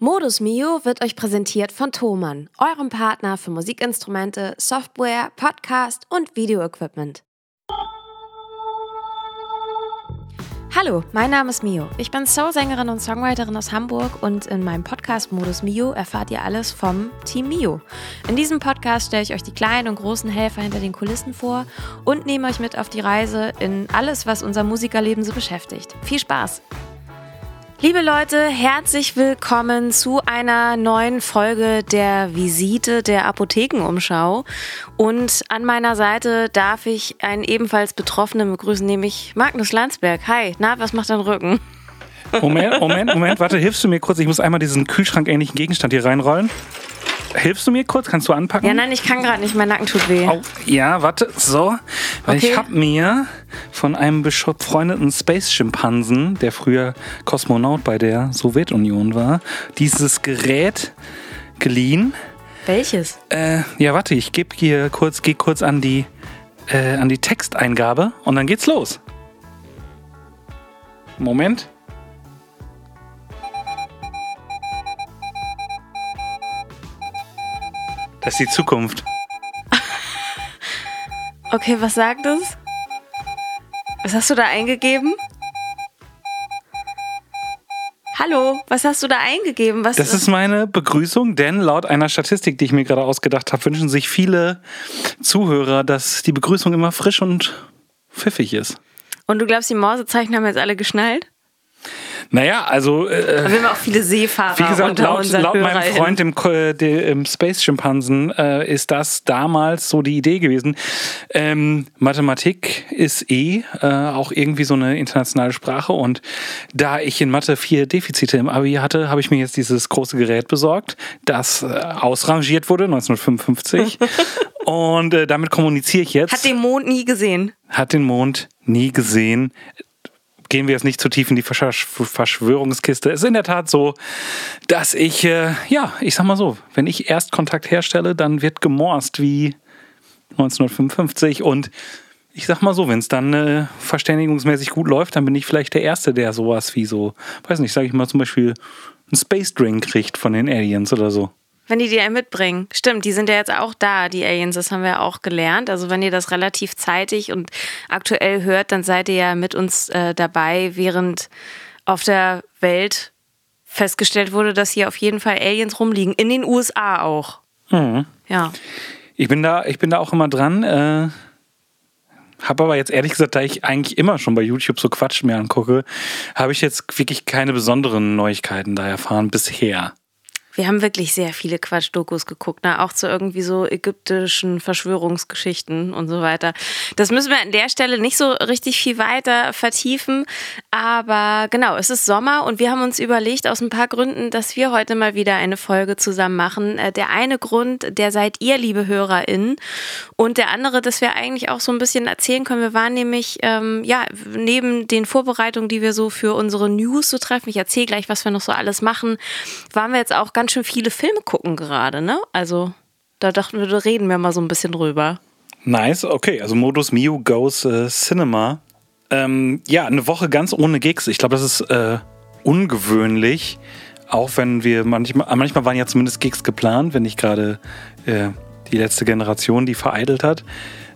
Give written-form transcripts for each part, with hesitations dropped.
Modus Mio wird euch präsentiert von Thomann, eurem Partner für Musikinstrumente, Software, Podcast und Videoequipment. Hallo, mein Name ist Mio. Ich bin Soul-Sängerin und Songwriterin aus Hamburg und in meinem Podcast Modus Mio erfahrt ihr alles vom Team Mio. In diesem Podcast stelle ich euch die kleinen und großen Helfer hinter den Kulissen vor und nehme euch mit auf die Reise in alles, was unser Musikerleben so beschäftigt. Viel Spaß! Liebe Leute, herzlich willkommen zu einer neuen Folge der Visite der Apothekenumschau. Und an meiner Seite darf ich einen ebenfalls Betroffenen begrüßen, nämlich Magnus Landsberg. Hi, na, was macht dein Rücken? Moment, warte, hilfst du mir kurz? Ich muss einmal diesen kühlschrankähnlichen Gegenstand hier reinrollen. Hilfst du mir kurz? Kannst du anpacken? Ja, nein, ich kann gerade nicht, mein Nacken tut weh. Oh, ja, warte, so. Weil okay. Ich habe mir von einem befreundeten Space-Schimpansen, der früher Kosmonaut bei der Sowjetunion war, dieses Gerät geliehen. Welches? Ja, warte, ich geh kurz an die Texteingabe und dann geht's los. Moment. Das ist die Zukunft. Okay, was sagt es? Was hast du da eingegeben? Hallo, was hast du da eingegeben? Das ist meine Begrüßung, denn laut einer Statistik, die ich mir gerade ausgedacht habe, wünschen sich viele Zuhörer, dass die Begrüßung immer frisch und pfiffig ist. Und du glaubst, die Morsezeichen haben jetzt alle geschnallt? Naja, also wir haben auch viele Seefahrer. Wie gesagt, laut meinem Freund, dem Space-Schimpansen, ist das damals so die Idee gewesen. Mathematik ist auch irgendwie so eine internationale Sprache und da ich in Mathe 4 Defizite im Abi hatte, habe ich mir jetzt dieses große Gerät besorgt, das ausrangiert wurde 1955 und damit kommuniziere ich jetzt. Hat den Mond nie gesehen. Gehen wir jetzt nicht zu tief in die Verschwörungskiste. Es ist in der Tat so, dass ich sag mal so, wenn ich Erstkontakt herstelle, dann wird gemorst wie 1955 und ich sag mal so, wenn es dann verständigungsmäßig gut läuft, dann bin ich vielleicht der Erste, der sowas wie so, weiß nicht, sag ich mal zum Beispiel einen Space Drink kriegt von den Aliens oder so. Wenn die einen mitbringen. Stimmt, die sind ja jetzt auch da, die Aliens, das haben wir auch gelernt. Also wenn ihr das relativ zeitig und aktuell hört, dann seid ihr ja mit uns dabei, während auf der Welt festgestellt wurde, dass hier auf jeden Fall Aliens rumliegen. In den USA auch. Mhm. Ja. Ich bin da auch immer dran. Habe aber jetzt ehrlich gesagt, da ich eigentlich immer schon bei YouTube so Quatsch mir angucke, habe ich jetzt wirklich keine besonderen Neuigkeiten da erfahren bisher. Wir haben wirklich sehr viele Quatsch-Dokus geguckt, ne? Auch zu irgendwie so ägyptischen Verschwörungsgeschichten und so weiter. Das müssen wir an der Stelle nicht so richtig viel weiter vertiefen, aber genau, es ist Sommer und wir haben uns überlegt aus ein paar Gründen, dass wir heute mal wieder eine Folge zusammen machen. Der eine Grund, der seid ihr, liebe HörerInnen, und der andere, dass wir eigentlich auch so ein bisschen erzählen können. Wir waren nämlich, neben den Vorbereitungen, die wir so für unsere News so treffen, ich erzähle gleich, was wir noch so alles machen, waren wir jetzt auch ganz schön viele Filme gucken gerade, ne? Also da dachten wir, da reden wir mal so ein bisschen drüber. Nice, okay, also Modus Mio goes Cinema. Eine Woche ganz ohne Gigs. Ich glaube, das ist ungewöhnlich, auch wenn wir manchmal waren ja zumindest Gigs geplant, wenn nicht gerade die letzte Generation, die vereitelt hat.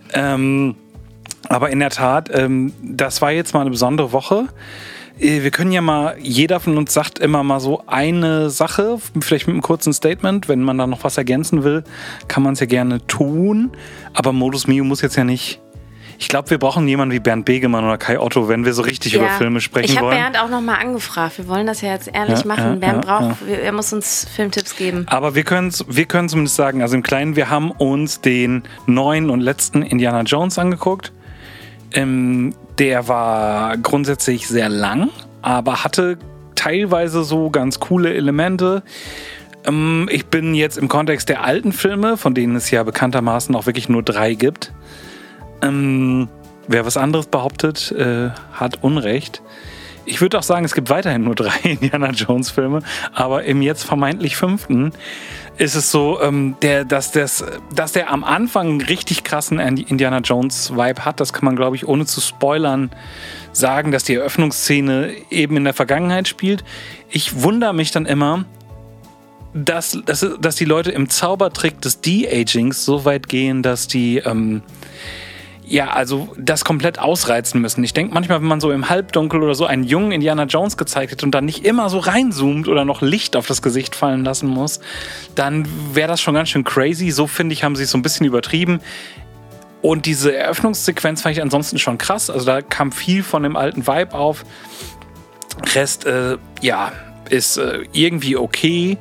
Aber in der Tat, das war jetzt mal eine besondere Woche. Wir können ja mal, jeder von uns sagt immer mal so eine Sache, vielleicht mit einem kurzen Statement. Wenn man da noch was ergänzen will, kann man es ja gerne tun. Aber Modus Mio muss jetzt ja nicht. Ich glaube, wir brauchen jemanden wie Bernd Begemann oder Kai Otto, wenn wir so richtig über Filme sprechen wollen. Ich habe Bernd auch nochmal angefragt. Wir wollen das ja jetzt ehrlich machen. Bernd er muss uns Filmtipps geben. Aber wir können zumindest sagen, also im Kleinen, wir haben uns den neuen und letzten Indiana Jones angeguckt. Der war grundsätzlich sehr lang, aber hatte teilweise so ganz coole Elemente. Ich bin jetzt im Kontext der alten Filme, von denen es ja bekanntermaßen auch wirklich nur 3 gibt. Wer was anderes behauptet, hat Unrecht. Ich würde auch sagen, es gibt weiterhin nur 3 Indiana Jones Filme, aber im jetzt vermeintlich 5. ist es so, dass der am Anfang einen richtig krassen Indiana Jones Vibe hat. Das kann man, glaube ich, ohne zu spoilern sagen, dass die Eröffnungsszene eben in der Vergangenheit spielt. Ich wundere mich dann immer, dass die Leute im Zaubertrick des De-Agings so weit gehen, dass die also das komplett ausreizen müssen. Ich denke manchmal, wenn man so im Halbdunkel oder so einen jungen Indiana Jones gezeigt hätte und dann nicht immer so reinzoomt oder noch Licht auf das Gesicht fallen lassen muss, dann wäre das schon ganz schön crazy. So, finde ich, haben sie es so ein bisschen übertrieben. Und diese Eröffnungssequenz fand ich ansonsten schon krass. Also da kam viel von dem alten Vibe auf. Rest, ist irgendwie okay.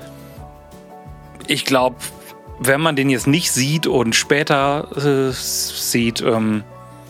Ich glaube, wenn man den jetzt nicht sieht und später sieht, und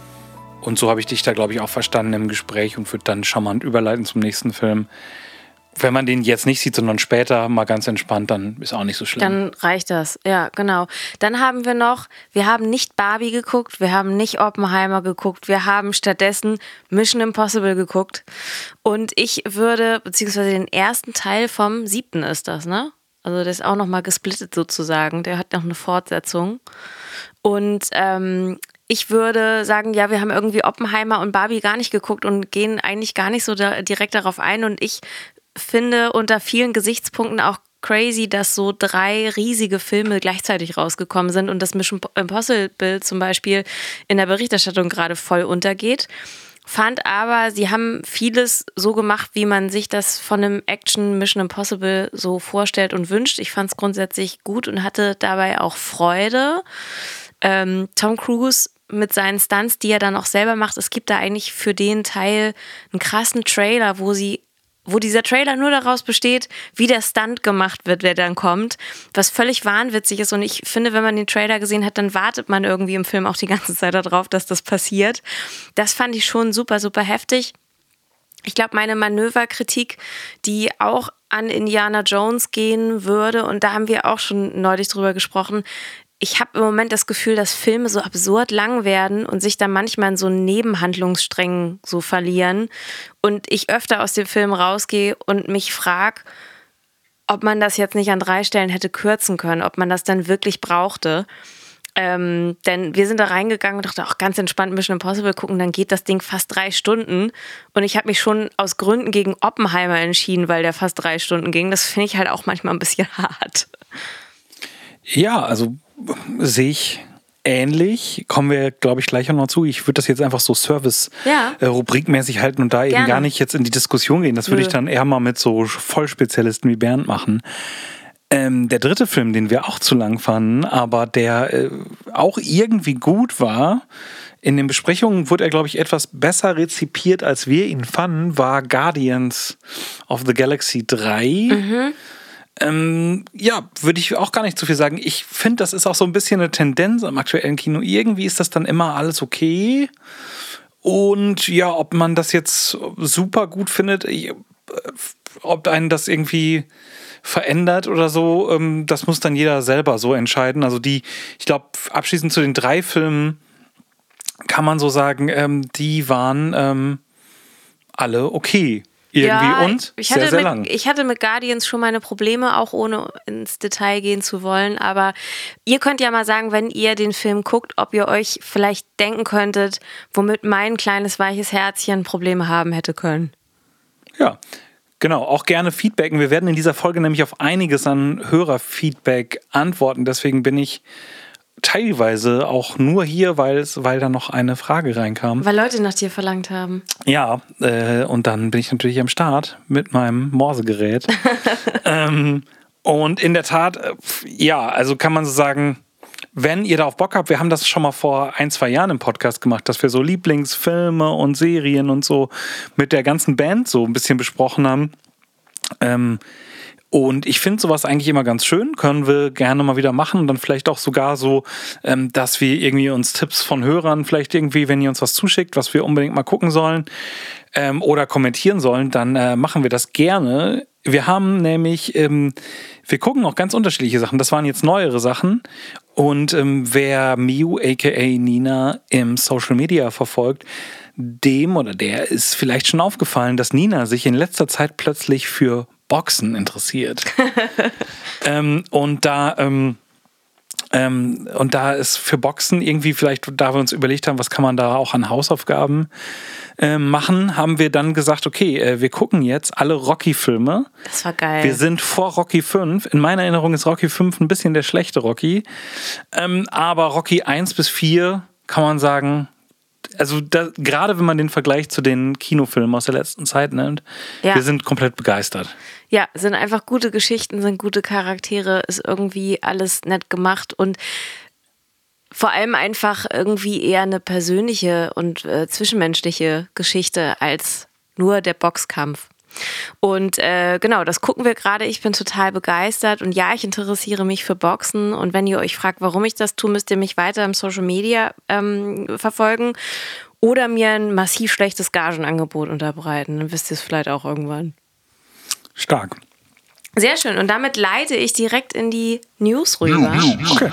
so habe ich dich da, glaube ich, auch verstanden im Gespräch und würde dann charmant überleiten zum nächsten Film. Wenn man den jetzt nicht sieht, sondern später mal ganz entspannt, dann ist auch nicht so schlimm. Dann reicht das, ja, genau. Dann haben wir haben nicht Barbie geguckt, wir haben nicht Oppenheimer geguckt, wir haben stattdessen Mission Impossible geguckt. Und ich würde, beziehungsweise den ersten Teil vom 7. ist das, ne? Also der ist auch nochmal gesplittet sozusagen. Der hat noch eine Fortsetzung. Und ich würde sagen, ja, wir haben irgendwie Oppenheimer und Barbie gar nicht geguckt und gehen eigentlich gar nicht so direkt darauf ein. Und ich finde unter vielen Gesichtspunkten auch crazy, dass so 3 riesige Filme gleichzeitig rausgekommen sind und das Mission Impossible zum Beispiel in der Berichterstattung gerade voll untergeht. Fand aber, sie haben vieles so gemacht, wie man sich das von einem Action Mission Impossible so vorstellt und wünscht. Ich fand es grundsätzlich gut und hatte dabei auch Freude. Tom Cruise mit seinen Stunts, die er dann auch selber macht, es gibt da eigentlich für den Teil einen krassen Trailer, wo dieser Trailer nur daraus besteht, wie der Stunt gemacht wird, wer dann kommt, was völlig wahnwitzig ist. Und ich finde, wenn man den Trailer gesehen hat, dann wartet man irgendwie im Film auch die ganze Zeit darauf, dass das passiert. Das fand ich schon super, super heftig. Ich glaube, meine Manöverkritik, die auch an Indiana Jones gehen würde, und da haben wir auch schon neulich drüber gesprochen, ich habe im Moment das Gefühl, dass Filme so absurd lang werden und sich dann manchmal in so Nebenhandlungssträngen so verlieren und ich öfter aus dem Film rausgehe und mich frage, ob man das jetzt nicht an 3 Stellen hätte kürzen können, ob man das dann wirklich brauchte. Denn wir sind da reingegangen und dachten, auch ganz entspannt Mission Impossible gucken, dann geht das Ding fast 3 Stunden und ich habe mich schon aus Gründen gegen Oppenheimer entschieden, weil der fast 3 Stunden ging. Das finde ich halt auch manchmal ein bisschen hart. Ja, also sehe ich ähnlich. Kommen wir, glaube ich, gleich auch noch zu. Ich würde das jetzt einfach so Service-rubrikmäßig halten und da eben gar nicht jetzt in die Diskussion gehen. Das würde ich dann eher mal mit so Vollspezialisten wie Bernd machen. Der 3. Film, den wir auch zu lang fanden, aber der auch irgendwie gut war, in den Besprechungen wurde er, glaube ich, etwas besser rezipiert, als wir ihn fanden, war Guardians of the Galaxy 3. Würde ich auch gar nicht zu viel sagen. Ich finde, das ist auch so ein bisschen eine Tendenz im aktuellen Kino. Irgendwie ist das dann immer alles okay. Und ja, ob man das jetzt super gut findet, ob einen das irgendwie verändert oder so, das muss dann jeder selber so entscheiden. Also ich glaube, abschließend zu den 3 Filmen kann man so sagen, die waren alle okay. Und sehr, sehr lang. Ich hatte mit Guardians schon meine Probleme, auch ohne ins Detail gehen zu wollen. Aber ihr könnt ja mal sagen, wenn ihr den Film guckt, ob ihr euch vielleicht denken könntet, womit mein kleines weiches Herzchen Probleme haben hätte können. Ja, genau. Auch gerne feedbacken. Wir werden in dieser Folge nämlich auf einiges an Hörerfeedback antworten. Deswegen bin ich teilweise auch nur hier, weil da noch eine Frage reinkam. Weil Leute nach dir verlangt haben. Ja, und dann bin ich natürlich am Start mit meinem Morsegerät. Und in der Tat, also kann man so sagen, wenn ihr darauf Bock habt, wir haben das schon mal vor 1-2 Jahren im Podcast gemacht, dass wir so Lieblingsfilme und Serien und so mit der ganzen Band so ein bisschen besprochen haben. Und ich finde sowas eigentlich immer ganz schön, können wir gerne mal wieder machen und dann vielleicht auch sogar so, dass wir irgendwie uns Tipps von Hörern, vielleicht irgendwie, wenn ihr uns was zuschickt, was wir unbedingt mal gucken sollen oder kommentieren sollen, dann machen wir das gerne. Wir haben nämlich, wir gucken auch ganz unterschiedliche Sachen, das waren jetzt neuere Sachen und wer Miu aka Nina im Social Media verfolgt, dem oder der ist vielleicht schon aufgefallen, dass Nina sich in letzter Zeit plötzlich für Boxen interessiert. Und da Und da ist für Boxen irgendwie vielleicht, da wir uns überlegt haben, was kann man da auch an Hausaufgaben machen, haben wir dann gesagt, okay, wir gucken jetzt alle Rocky-Filme. Das war geil. Wir sind vor Rocky 5. In meiner Erinnerung ist Rocky 5 ein bisschen der schlechte Rocky. Aber Rocky 1 bis 4 kann man sagen, also gerade wenn man den Vergleich zu den Kinofilmen aus der letzten Zeit nimmt, wir sind komplett begeistert. Ja, sind einfach gute Geschichten, sind gute Charaktere, ist irgendwie alles nett gemacht und vor allem einfach irgendwie eher eine persönliche und zwischenmenschliche Geschichte als nur der Boxkampf. Und genau, das gucken wir gerade. Ich bin total begeistert und ja, ich interessiere mich für Boxen und wenn ihr euch fragt, warum ich das tue, müsst ihr mich weiter im Social Media verfolgen oder mir ein massiv schlechtes Gagenangebot unterbreiten. Dann wisst ihr es vielleicht auch irgendwann. Stark. Sehr schön. Und damit leite ich direkt in die News rüber. Okay.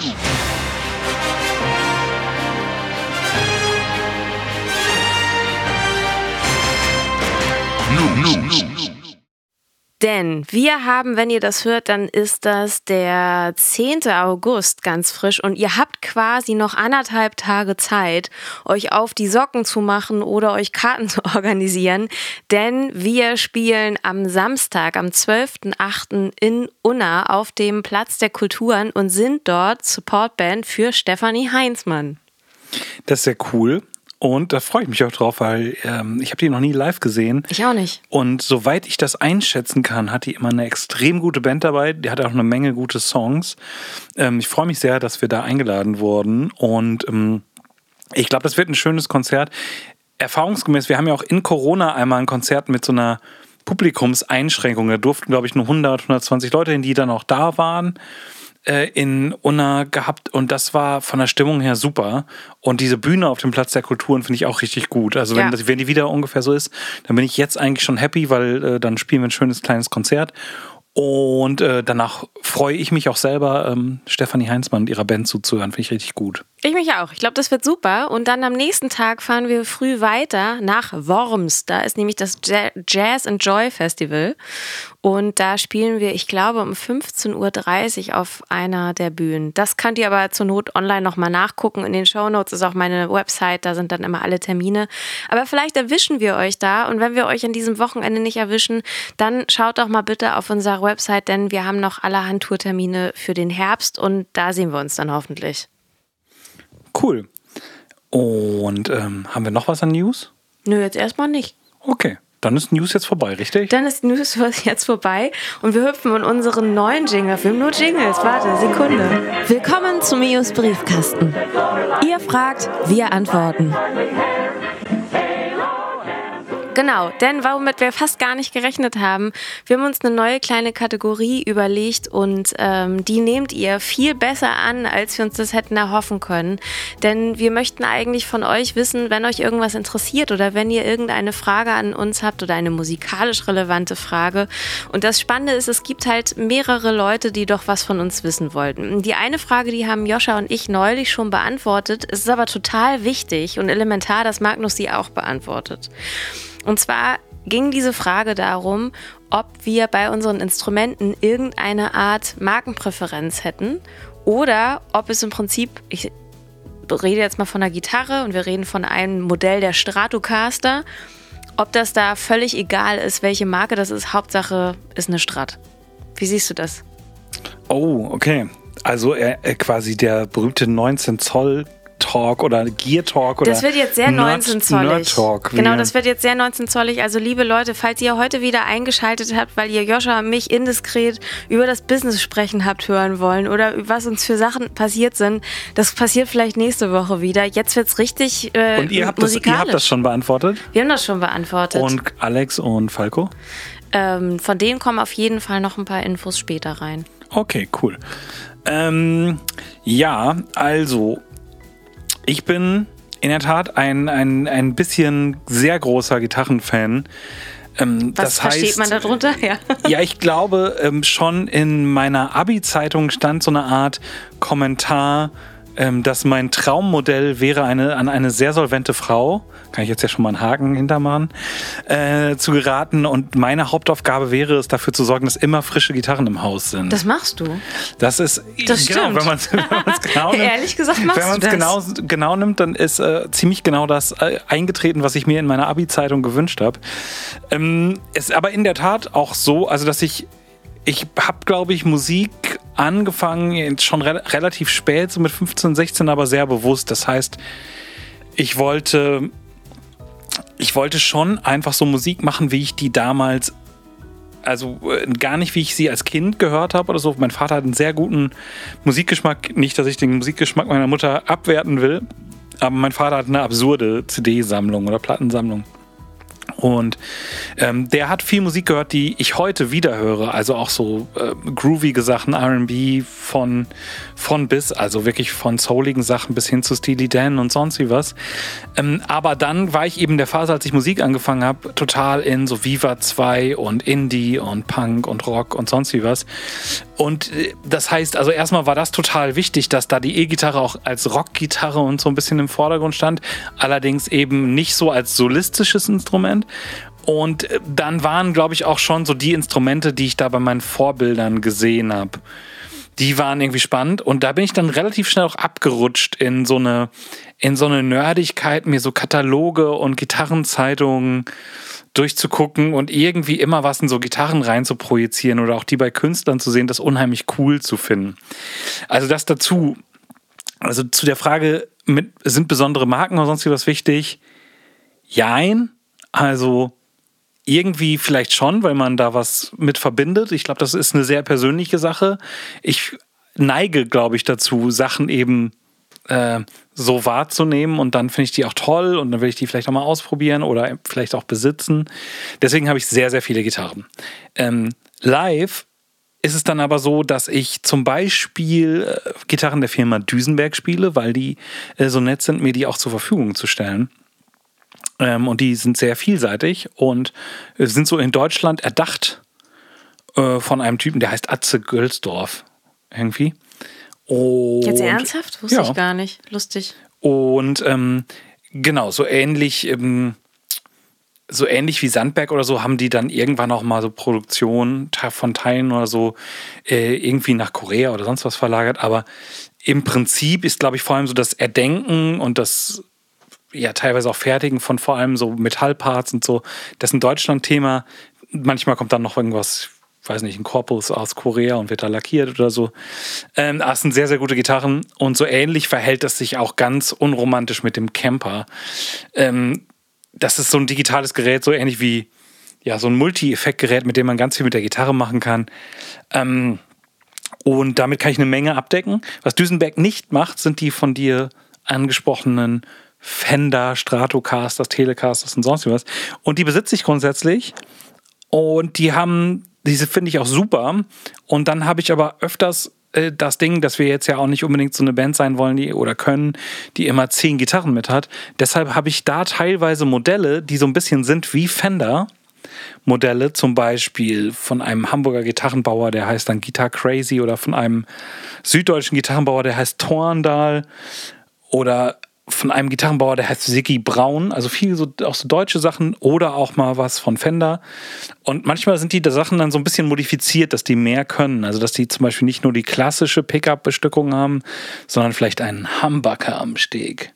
Denn wir haben, wenn ihr das hört, dann ist das der 10. August ganz frisch und ihr habt quasi noch 1,5 Tage Zeit, euch auf die Socken zu machen oder euch Karten zu organisieren, denn wir spielen am Samstag, am 12.08. in Unna auf dem Platz der Kulturen und sind dort Supportband für Stefanie Heinzmann. Das ist sehr cool. Und da freue ich mich auch drauf, weil ich habe die noch nie live gesehen. Ich auch nicht. Und soweit ich das einschätzen kann, hat die immer eine extrem gute Band dabei. Die hat auch eine Menge gute Songs. Ich freue mich sehr, dass wir da eingeladen wurden. Und ich glaube, das wird ein schönes Konzert. Erfahrungsgemäß, wir haben ja auch in Corona einmal ein Konzert mit so einer Publikumseinschränkung. Da durften, glaube ich, nur 100, 120 Leute hin, die dann auch da waren. In Unna gehabt und das war von der Stimmung her super. Und diese Bühne auf dem Platz der Kulturen finde ich auch richtig gut. Also wenn die wieder ungefähr so ist, dann bin ich jetzt eigentlich schon happy, weil dann spielen wir ein schönes kleines Konzert. Und danach freue ich mich auch selber, Stefanie Heinzmann und ihrer Band zuzuhören. Finde ich richtig gut. Ich mich auch. Ich glaube, das wird super. Und dann am nächsten Tag fahren wir früh weiter nach Worms. Da ist nämlich das Jazz and Joy Festival. Und da spielen wir, ich glaube, um 15.30 Uhr auf einer der Bühnen. Das könnt ihr aber zur Not online nochmal nachgucken. In den Shownotes ist auch meine Website, da sind dann immer alle Termine. Aber vielleicht erwischen wir euch da. Und wenn wir euch an diesem Wochenende nicht erwischen, dann schaut doch mal bitte auf unserer Website, denn wir haben noch allerhand Tourtermine für den Herbst und da sehen wir uns dann hoffentlich. Cool. Und haben wir noch was an News? Nö, jetzt erstmal nicht. Okay, dann ist News jetzt vorbei, richtig? Dann ist News jetzt vorbei und wir hüpfen in unseren neuen Jingle. Wir haben nur Jingles, warte, Sekunde. Willkommen zum Mios Briefkasten. Ihr fragt, wir antworten. Genau, denn womit wir fast gar nicht gerechnet haben, wir haben uns eine neue kleine Kategorie überlegt und die nehmt ihr viel besser an, als wir uns das hätten erhoffen können. Denn wir möchten eigentlich von euch wissen, wenn euch irgendwas interessiert oder wenn ihr irgendeine Frage an uns habt oder eine musikalisch relevante Frage. Und das Spannende ist, es gibt halt mehrere Leute, die doch was von uns wissen wollten. Die eine Frage, die haben Joscha und ich neulich schon beantwortet, ist aber total wichtig und elementar, dass Magnus sie auch beantwortet. Und zwar ging diese Frage darum, ob wir bei unseren Instrumenten irgendeine Art Markenpräferenz hätten oder ob es im Prinzip, ich rede jetzt mal von der Gitarre und wir reden von einem Modell der Stratocaster, ob das da völlig egal ist, welche Marke das ist, Hauptsache ist eine Strat. Wie siehst du das? Oh, okay. Also quasi der berühmte 19 Zoll Talk oder Gear Talk oder das wird jetzt sehr 19-zollig. Nerd Talk. Genau, das wird jetzt sehr 19-zollig. Also liebe Leute, falls ihr heute wieder eingeschaltet habt, weil ihr Joscha und mich indiskret über das Business sprechen habt hören wollen oder was uns für Sachen passiert sind, das passiert vielleicht nächste Woche wieder. Jetzt wird's richtig und ihr habt das schon beantwortet? Wir haben das schon beantwortet. Und Alex und Falco? Von denen kommen auf jeden Fall noch ein paar Infos später rein. Okay, cool. Ja, also ich bin in der Tat ein bisschen sehr großer Gitarrenfan. Was versteht man darunter? Ja, ja, ich glaube, schon in meiner Abi-Zeitung stand so eine Art Kommentar, dass mein Traummodell wäre, an eine sehr solvente Frau, kann ich jetzt ja schon mal einen Haken hintermachen, zu geraten. Und meine Hauptaufgabe wäre es, dafür zu sorgen, dass immer frische Gitarren im Haus sind. Das machst du. Das ist, das genau, stimmt. wenn man es genau nimmt. Ehrlich gesagt machst wenn du das. Wenn man es genau nimmt, dann ist ziemlich genau das eingetreten, was ich mir in meiner Abi-Zeitung gewünscht habe. Ist aber in der Tat auch so, also dass ich habe, glaube ich, Musik angefangen, schon relativ spät, so mit 15, 16, aber sehr bewusst. Das heißt, ich wollte schon einfach so Musik machen, wie ich die damals, also gar nicht, wie ich sie als Kind gehört habe oder so. Mein Vater hat einen sehr guten Musikgeschmack. Nicht, dass ich den Musikgeschmack meiner Mutter abwerten will, aber mein Vater hat eine absurde CD-Sammlung oder Plattensammlung. Und der hat viel Musik gehört, die ich heute wieder höre. Also auch so groovige Sachen, R&B von bis, also wirklich von souligen Sachen bis hin zu Steely Dan und sonst wie was. Aber dann war ich eben in der Phase, als ich Musik angefangen habe, total in so Viva 2 und Indie und Punk und Rock und sonst wie was. Und das heißt, also erstmal war das total wichtig, dass da die E-Gitarre auch als Rockgitarre und so ein bisschen im Vordergrund stand. Allerdings eben nicht so als solistisches Instrument. Und dann waren, glaube ich, auch schon so die Instrumente, die ich da bei meinen Vorbildern gesehen habe. Die waren irgendwie spannend. Und da bin ich dann relativ schnell auch abgerutscht in so eine Nerdigkeit, mir so Kataloge und Gitarrenzeitungen durchzugucken und irgendwie immer was in so Gitarren rein zu projizieren oder auch die bei Künstlern zu sehen, das unheimlich cool zu finden. Also das dazu. Also zu der Frage, sind besondere Marken oder sonst was wichtig? Jein. Also irgendwie vielleicht schon, weil man da was mit verbindet. Ich glaube, das ist eine sehr persönliche Sache. Ich neige, glaube ich, dazu, Sachen eben so wahrzunehmen und dann finde ich die auch toll und dann will ich die vielleicht auch mal ausprobieren oder vielleicht auch besitzen. Deswegen habe ich sehr, sehr viele Gitarren. Live ist es dann aber so, dass ich zum Beispiel Gitarren der Firma Duesenberg spiele, weil die so nett sind, mir die auch zur Verfügung zu stellen. Und die sind sehr vielseitig und sind so in Deutschland erdacht von einem Typen, der heißt Atze Gölsdorf irgendwie. Und jetzt ernsthaft? Wusste ich gar nicht. Lustig. Und genau, so ähnlich wie Sandberg oder so haben die dann irgendwann auch mal so Produktion von Teilen oder so irgendwie nach Korea oder sonst was verlagert. Aber im Prinzip ist, glaube ich, vor allem so das Erdenken und das ja teilweise auch Fertigen von vor allem so Metallparts und so, das ist ein Deutschland-Thema. Manchmal kommt dann noch irgendwas, weiß nicht, ein Korpus aus Korea und wird da lackiert oder so. Das sind sehr, sehr gute Gitarren und so ähnlich verhält das sich auch ganz unromantisch mit dem Camper. Das ist so ein digitales Gerät, so ähnlich wie ja, so ein Multi-Effekt-Gerät, mit dem man ganz viel mit der Gitarre machen kann. Und damit kann ich eine Menge abdecken. Was Duesenberg nicht macht, sind die von dir angesprochenen Fender, Stratocasters, Telecasters und sonst was. Und die besitze ich grundsätzlich. Und diese finde ich auch super. Und dann habe ich aber öfters das Ding, dass wir jetzt ja auch nicht unbedingt so eine Band sein wollen oder können, die immer 10 Gitarren mit hat. Deshalb habe ich da teilweise Modelle, die so ein bisschen sind wie Fender-Modelle, zum Beispiel von einem Hamburger Gitarrenbauer, der heißt dann Guitar Crazy, oder von einem süddeutschen Gitarrenbauer, der heißt Torndal, oder von einem Gitarrenbauer, der heißt Siggi Braun, also viel so, auch so deutsche Sachen oder auch mal was von Fender. Und manchmal sind die Sachen dann so ein bisschen modifiziert, dass die mehr können. Also dass die zum Beispiel nicht nur die klassische Pickup-Bestückung haben, sondern vielleicht einen Humbucker am Steg.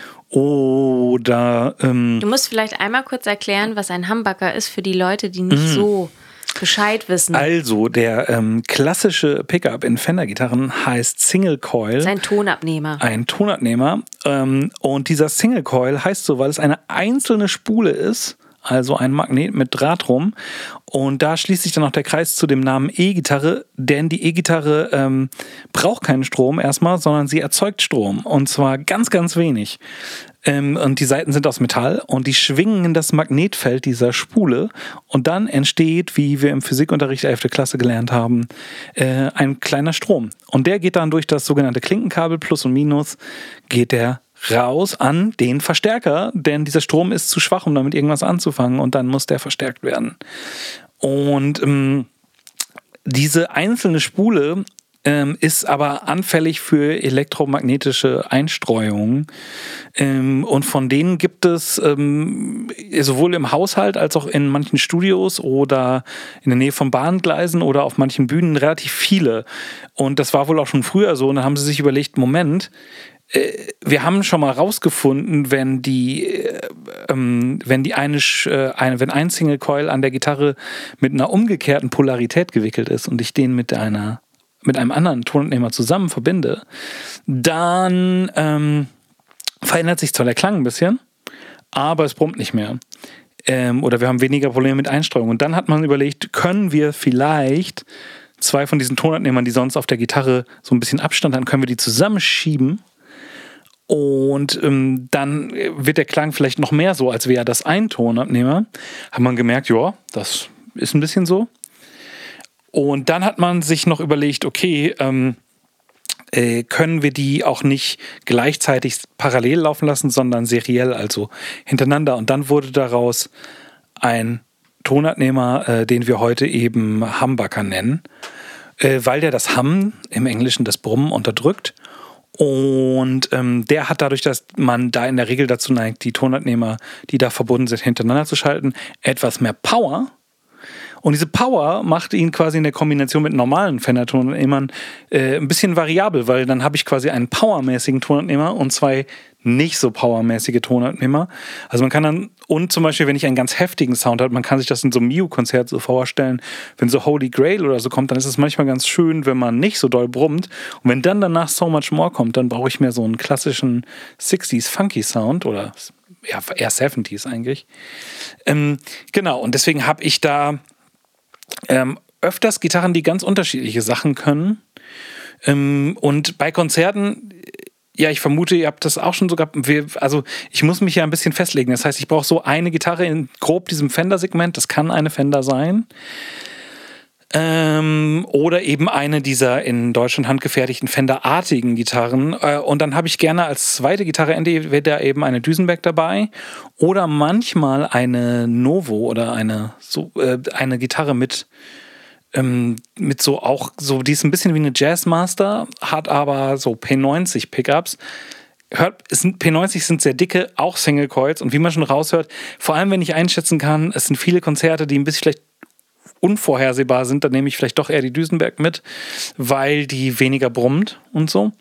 Oder du musst vielleicht einmal kurz erklären, was ein Humbucker ist für die Leute, die nicht so Bescheid wissen. Also, der klassische Pickup in Fender-Gitarren heißt Single Coil. Das ist ein Tonabnehmer. Ein Tonabnehmer. Und dieser Single Coil heißt so, weil es eine einzelne Spule ist, also ein Magnet mit Draht rum. Und da schließt sich dann auch der Kreis zu dem Namen E-Gitarre, denn die E-Gitarre braucht keinen Strom erstmal, sondern sie erzeugt Strom. Und zwar ganz, ganz wenig. Und die Saiten sind aus Metall und die schwingen in das Magnetfeld dieser Spule und dann entsteht, wie wir im Physikunterricht 11. Klasse gelernt haben, ein kleiner Strom. Und der geht dann durch das sogenannte Klinkenkabel, Plus und Minus, geht der raus an den Verstärker, denn dieser Strom ist zu schwach, um damit irgendwas anzufangen und dann muss der verstärkt werden. Und diese einzelne Spule ist aber anfällig für elektromagnetische Einstreuungen. Und von denen gibt es sowohl im Haushalt als auch in manchen Studios oder in der Nähe von Bahngleisen oder auf manchen Bühnen relativ viele. Und das war wohl auch schon früher so. Und dann haben sie sich überlegt, Moment, wir haben schon mal rausgefunden, wenn ein Single Coil an der Gitarre mit einer umgekehrten Polarität gewickelt ist und ich den mit einem anderen Tonabnehmer zusammen verbinde, dann verändert sich zwar der Klang ein bisschen, aber es brummt nicht mehr. Oder wir haben weniger Probleme mit Einstreuung. Und dann hat man überlegt, können wir vielleicht 2 von diesen Tonabnehmern, die sonst auf der Gitarre so ein bisschen Abstand haben, können wir die zusammenschieben. Und dann wird der Klang vielleicht noch mehr so, als wäre das ein Tonabnehmer. Hat man gemerkt, ja, das ist ein bisschen so. Und dann hat man sich noch überlegt, okay, können wir die auch nicht gleichzeitig parallel laufen lassen, sondern seriell, also hintereinander. Und dann wurde daraus ein Tonabnehmer, den wir heute eben Humbucker nennen, weil der das Hum, im Englischen das Brummen, unterdrückt. Und der hat dadurch, dass man da in der Regel dazu neigt, die Tonabnehmer, die da verbunden sind, hintereinander zu schalten, etwas mehr Power. Und diese Power macht ihn quasi in der Kombination mit normalen Fender-Tonabnehmern ein bisschen variabel, weil dann habe ich quasi einen powermäßigen Tonabnehmer und 2 nicht so powermäßige Tonabnehmer. Also man kann dann, und zum Beispiel, wenn ich einen ganz heftigen Sound habe, man kann sich das in so einem Mew-Konzert so vorstellen, wenn so Holy Grail oder so kommt, dann ist es manchmal ganz schön, wenn man nicht so doll brummt. Und wenn dann danach So Much More kommt, dann brauche ich mehr so einen klassischen 60s Funky Sound oder ja, eher 70s eigentlich. Genau, und deswegen habe ich da öfters Gitarren, die ganz unterschiedliche Sachen können. Und bei Konzerten, ja, ich vermute, ihr habt das auch schon so gehabt. Also ich muss mich ja ein bisschen festlegen. Das heißt, ich brauche so eine Gitarre in grob diesem Fender-Segment. Das kann eine Fender sein. Oder eben eine dieser in Deutschland handgefertigten Fender-artigen Gitarren. Und dann habe ich gerne als zweite Gitarre entweder eben eine Duesenberg dabei oder manchmal eine Novo oder eine Gitarre mit so auch so, die ist ein bisschen wie eine Jazzmaster, hat aber so P90 Pickups. P90 sind sehr dicke, auch Single Coils, und wie man schon raushört, vor allem wenn ich einschätzen kann, es sind viele Konzerte, die ein bisschen vielleicht unvorhersehbar sind, dann nehme ich vielleicht doch eher die Duesenberg mit, weil die weniger brummt und so.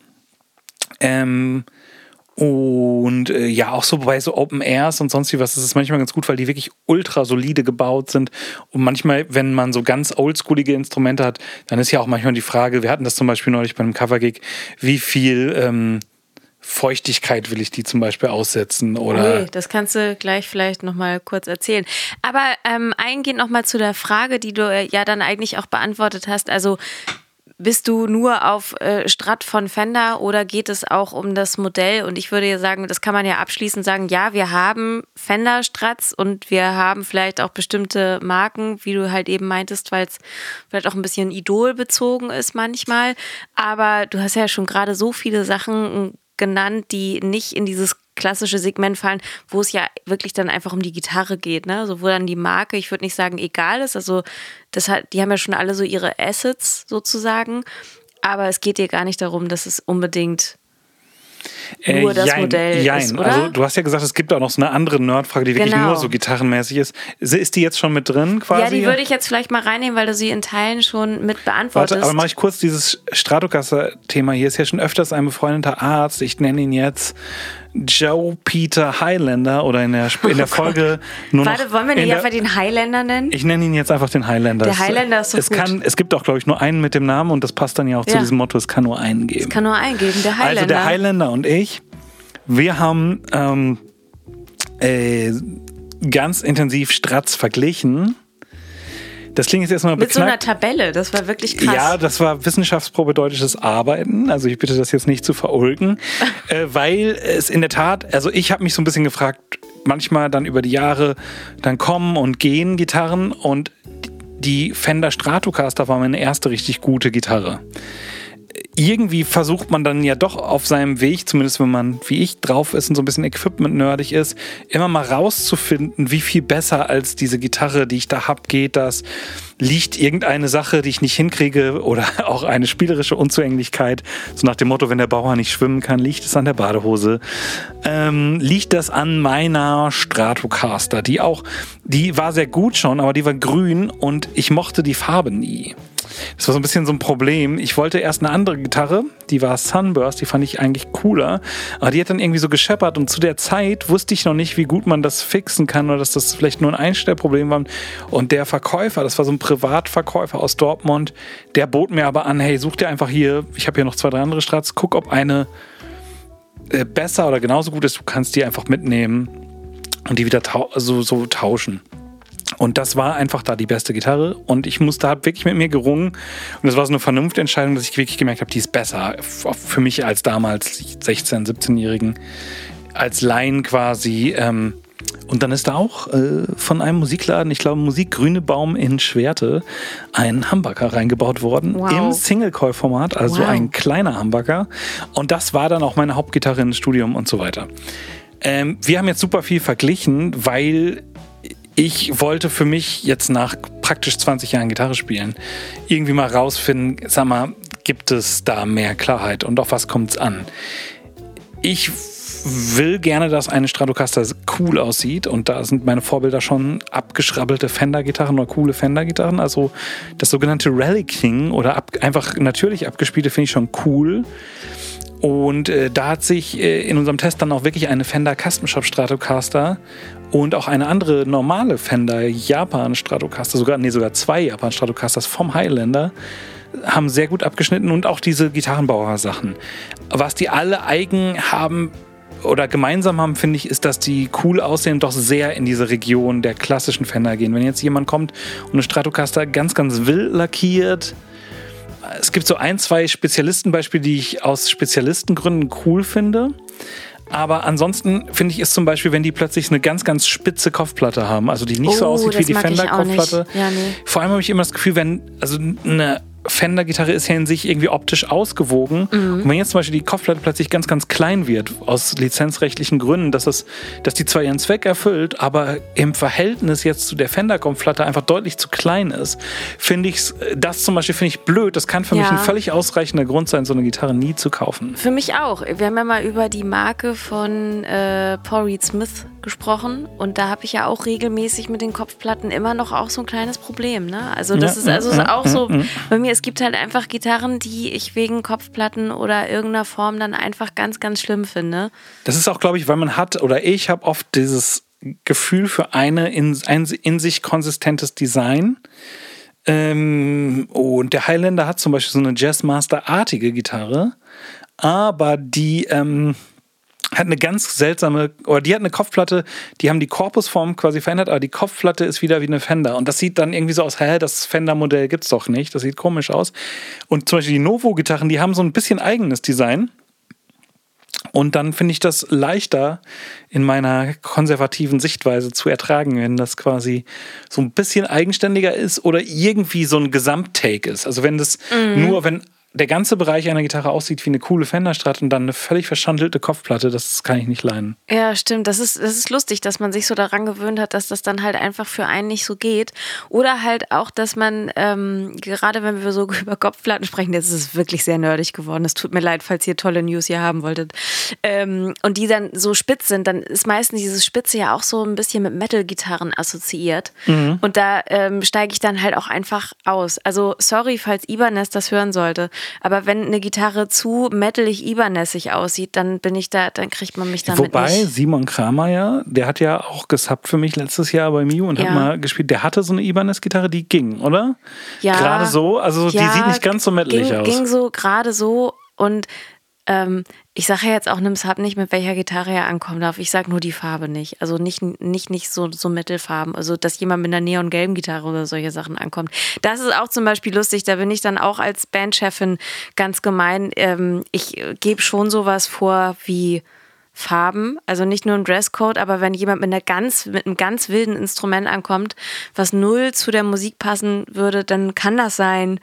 Ja, auch so bei so Open Airs und sonst wie was, das ist manchmal ganz gut, weil die wirklich ultra solide gebaut sind. Und manchmal, wenn man so ganz oldschoolige Instrumente hat, dann ist ja auch manchmal die Frage, wir hatten das zum Beispiel neulich bei einem Covergig, wie viel Feuchtigkeit will ich die zum Beispiel aussetzen? Oder okay, das kannst du gleich vielleicht nochmal kurz erzählen. Aber eingehend nochmal zu der Frage, die du ja dann eigentlich auch beantwortet hast. Also bist du nur auf Strat von Fender oder geht es auch um das Modell? Und ich würde ja sagen, das kann man ja abschließend sagen, ja, wir haben Fender-Strats und wir haben vielleicht auch bestimmte Marken, wie du halt eben meintest, weil es vielleicht auch ein bisschen idolbezogen ist manchmal. Aber du hast ja schon gerade so viele Sachen genannt, die nicht in dieses klassische Segment fallen, wo es ja wirklich dann einfach um die Gitarre geht, ne? Also wo dann die Marke, ich würde nicht sagen egal ist, also die haben ja schon alle so ihre Assets sozusagen, aber es geht dir gar nicht darum, dass es unbedingt nur das Modell ist, oder? Also du hast ja gesagt, es gibt auch noch so eine andere Nerdfrage, die wirklich nur so gitarrenmäßig ist. Ist die jetzt schon mit drin quasi? Ja, die würde ich jetzt vielleicht mal reinnehmen, weil du sie in Teilen schon mit beantwortest. Warte, aber mache ich kurz dieses Stratocaster-Thema. Hier ist ja schon öfters ein befreundeter Arzt, ich nenne ihn jetzt Joe Peter Highlander oder in der Folge nur noch... Warte, wollen wir nicht einfach den Highlander nennen? Ich nenne ihn jetzt einfach den Highlander. Der Highlander ist so gut. Es gibt auch, glaube ich, nur einen mit dem Namen und das passt dann ja auch zu diesem Motto, es kann nur einen geben. Es kann nur einen geben, der Highlander. Also der Highlander und ich, wir haben ganz intensiv Strats verglichen. Das klingt jetzt erstmal beknackt. Mit so einer Tabelle, das war wirklich krass. Ja, das war wissenschaftsprobedeutisches Arbeiten. Also ich bitte das jetzt nicht zu verulken, weil es in der Tat, also ich habe mich so ein bisschen gefragt, manchmal dann über die Jahre, dann kommen und gehen Gitarren und die Fender Stratocaster war meine erste richtig gute Gitarre. irgendwie versucht man dann ja doch auf seinem Weg, zumindest wenn man wie ich drauf ist und so ein bisschen Equipment-nerdig ist, immer mal rauszufinden, wie viel besser als diese Gitarre, die ich da habe, geht das. Liegt irgendeine Sache, die ich nicht hinkriege oder auch eine spielerische Unzulänglichkeit, so nach dem Motto, wenn der Bauer nicht schwimmen kann, liegt es an der Badehose. Liegt das an meiner Stratocaster, die war sehr gut schon, aber die war grün und ich mochte die Farbe nie. Das war so ein bisschen so ein Problem. Ich wollte erst eine andere Gitarre, die war Sunburst, die fand ich eigentlich cooler, aber die hat dann irgendwie so gescheppert und zu der Zeit wusste ich noch nicht, wie gut man das fixen kann oder dass das vielleicht nur ein Einstellproblem war. Und der Verkäufer, das war so ein Privatverkäufer aus Dortmund, der bot mir aber an, hey, such dir einfach hier, ich habe hier noch 2, 3 andere Strats, guck, ob eine besser oder genauso gut ist, du kannst die einfach mitnehmen und die wieder so tauschen. Und das war einfach da die beste Gitarre und ich habe wirklich mit mir gerungen und das war so eine Vernunftentscheidung, dass ich wirklich gemerkt habe, die ist besser für mich als damals 16-, 17-Jährigen, als Laien quasi. Und dann ist da auch von einem Musikladen, ich glaube Musik Grünebaum in Schwerte, ein Humbucker reingebaut worden. Wow. Im Single-Coil-Format, also ein kleiner Humbucker. Und das war dann auch meine Hauptgitarre im Studium und so weiter. Wir haben jetzt super viel verglichen, weil ich wollte für mich jetzt nach praktisch 20 Jahren Gitarre spielen irgendwie mal rausfinden, sag mal, gibt es da mehr Klarheit und auf was kommt es an? Ich will gerne, dass eine Stratocaster cool aussieht und da sind meine Vorbilder schon abgeschrabbelte Fender-Gitarren oder coole Fender-Gitarren, also das sogenannte Rally-King oder einfach natürlich abgespielte finde ich schon cool. Und da hat sich in unserem Test dann auch wirklich eine Fender Custom Shop Stratocaster und auch eine andere normale Fender Japan Stratocaster, sogar 2 Japan Stratocasters vom Highlander, haben sehr gut abgeschnitten und auch diese Gitarrenbauer-Sachen. Was die alle eigen haben oder gemeinsam haben, finde ich, ist, dass die cool aussehen und doch sehr in diese Region der klassischen Fender gehen. Wenn jetzt jemand kommt und eine Stratocaster ganz, ganz wild lackiert, es gibt so 1, 2 Spezialistenbeispiele, die ich aus Spezialistengründen cool finde. Aber ansonsten finde ich es zum Beispiel, wenn die plötzlich eine ganz, ganz spitze Kopfplatte haben, also die nicht so aussieht wie die Fender-Kopfplatte. Ja, nee. Vor allem habe ich immer das Gefühl, also eine Fender-Gitarre ist ja in sich irgendwie optisch ausgewogen. Und wenn jetzt zum Beispiel die Kopfplatte plötzlich ganz, ganz klein wird, aus lizenzrechtlichen Gründen, dass die zwar ihren Zweck erfüllt, aber im Verhältnis jetzt zu der Fender-Kopfplatte einfach deutlich zu klein ist, finde ich das zum Beispiel blöd. Das kann für mich ein völlig ausreichender Grund sein, so eine Gitarre nie zu kaufen. Für mich auch. Wir haben ja mal über die Marke von Paul Reed Smith gesprochen und da habe ich ja auch regelmäßig mit den Kopfplatten immer noch auch so ein kleines Problem. Ne? Also das ist auch so bei mir, es gibt halt einfach Gitarren, die ich wegen Kopfplatten oder irgendeiner Form dann einfach ganz, ganz schlimm finde. Das ist auch, glaube ich, weil ich habe oft dieses Gefühl für ein in sich konsistentes Design. Und der Highlander hat zum Beispiel so eine Jazzmaster-artige Gitarre, aber die hat eine ganz seltsame, oder die hat eine Kopfplatte, die haben die Korpusform quasi verändert, aber die Kopfplatte ist wieder wie eine Fender. Und das sieht dann irgendwie so aus, das Fender-Modell gibt's doch nicht, das sieht komisch aus. Und zum Beispiel die Novo-Gitarren, die haben so ein bisschen eigenes Design. Und dann finde ich das leichter in meiner konservativen Sichtweise zu ertragen, wenn das quasi so ein bisschen eigenständiger ist oder irgendwie so ein Gesamttake ist. Also wenn das wenn der ganze Bereich einer Gitarre aussieht wie eine coole Fender-Strat und dann eine völlig verschandelte Kopfplatte, das kann ich nicht leiden. Ja, stimmt. Das ist lustig, dass man sich so daran gewöhnt hat, dass das dann halt einfach für einen nicht so geht. Oder halt auch, dass man, gerade wenn wir so über Kopfplatten sprechen, jetzt ist es wirklich sehr nerdig geworden. Es tut mir leid, falls ihr tolle News hier haben wolltet. Und die dann so spitz sind, dann ist meistens dieses Spitze ja auch so ein bisschen mit Metal-Gitarren assoziiert. Und da steige ich dann halt auch einfach aus. Also sorry, falls Ibanez das hören sollte. Aber wenn eine Gitarre zu metalig Ibanez-ig aussieht, dann kriegt man mich damit Wobei, nicht. Simon Kramer der hat ja auch gesubbt für mich letztes Jahr bei Mew und hat mal gespielt. Der hatte so eine Ibanez-Gitarre, die ging, oder? Ja. Gerade so, also die sieht nicht ganz so metalig aus. Ging so, gerade so und ich sage ja jetzt auch einem Sub nicht, mit welcher Gitarre er ankommen darf. Ich sage nur die Farbe nicht. Also nicht so Metal-Farben. Also, dass jemand mit einer neongelben Gitarre oder solche Sachen ankommt. Das ist auch zum Beispiel lustig. Da bin ich dann auch als Bandchefin ganz gemein. Ich gebe schon sowas vor wie Farben. Also nicht nur ein Dresscode, aber wenn jemand mit einem ganz wilden Instrument ankommt, was null zu der Musik passen würde, dann kann das sein,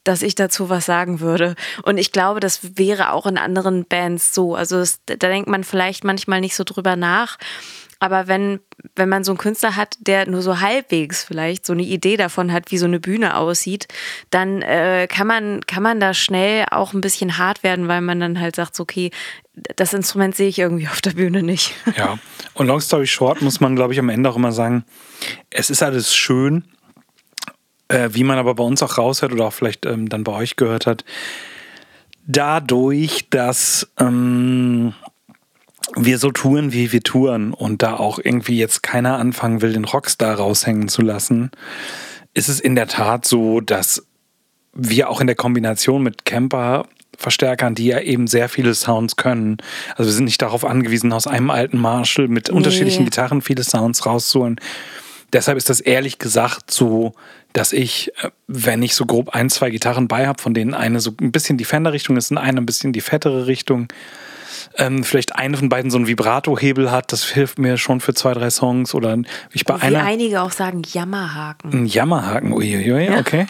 dass ich dazu was sagen würde. Und ich glaube, das wäre auch in anderen Bands so. Also da denkt man vielleicht manchmal nicht so drüber nach. Aber wenn man so einen Künstler hat, der nur so halbwegs vielleicht so eine Idee davon hat, wie so eine Bühne aussieht, dann kann man da schnell auch ein bisschen hart werden, weil man dann halt sagt, okay, das Instrument sehe ich irgendwie auf der Bühne nicht. Ja, und long story short muss man, glaube ich, am Ende auch immer sagen, es ist alles schön, wie man aber bei uns auch raushört oder auch vielleicht dann bei euch gehört hat, dadurch, dass wir so touren, wie wir touren und da auch irgendwie jetzt keiner anfangen will, den Rockstar raushängen zu lassen, ist es in der Tat so, dass wir auch in der Kombination mit Kemper-Verstärkern, die ja eben sehr viele Sounds können, also wir sind nicht darauf angewiesen, aus einem alten Marshall mit unterschiedlichen Gitarren viele Sounds rauszuholen. Deshalb ist das ehrlich gesagt so, dass ich, wenn ich so grob 1, 2 Gitarren bei habe, von denen eine so ein bisschen die Fender-Richtung ist und eine ein bisschen die fettere Richtung, vielleicht eine von beiden so einen Vibrato-Hebel hat, das hilft mir schon für 2, 3 Songs. Oder ich bei wie einige auch sagen, Jammerhaken. Ein Jammerhaken, uiuiui, ja. Okay.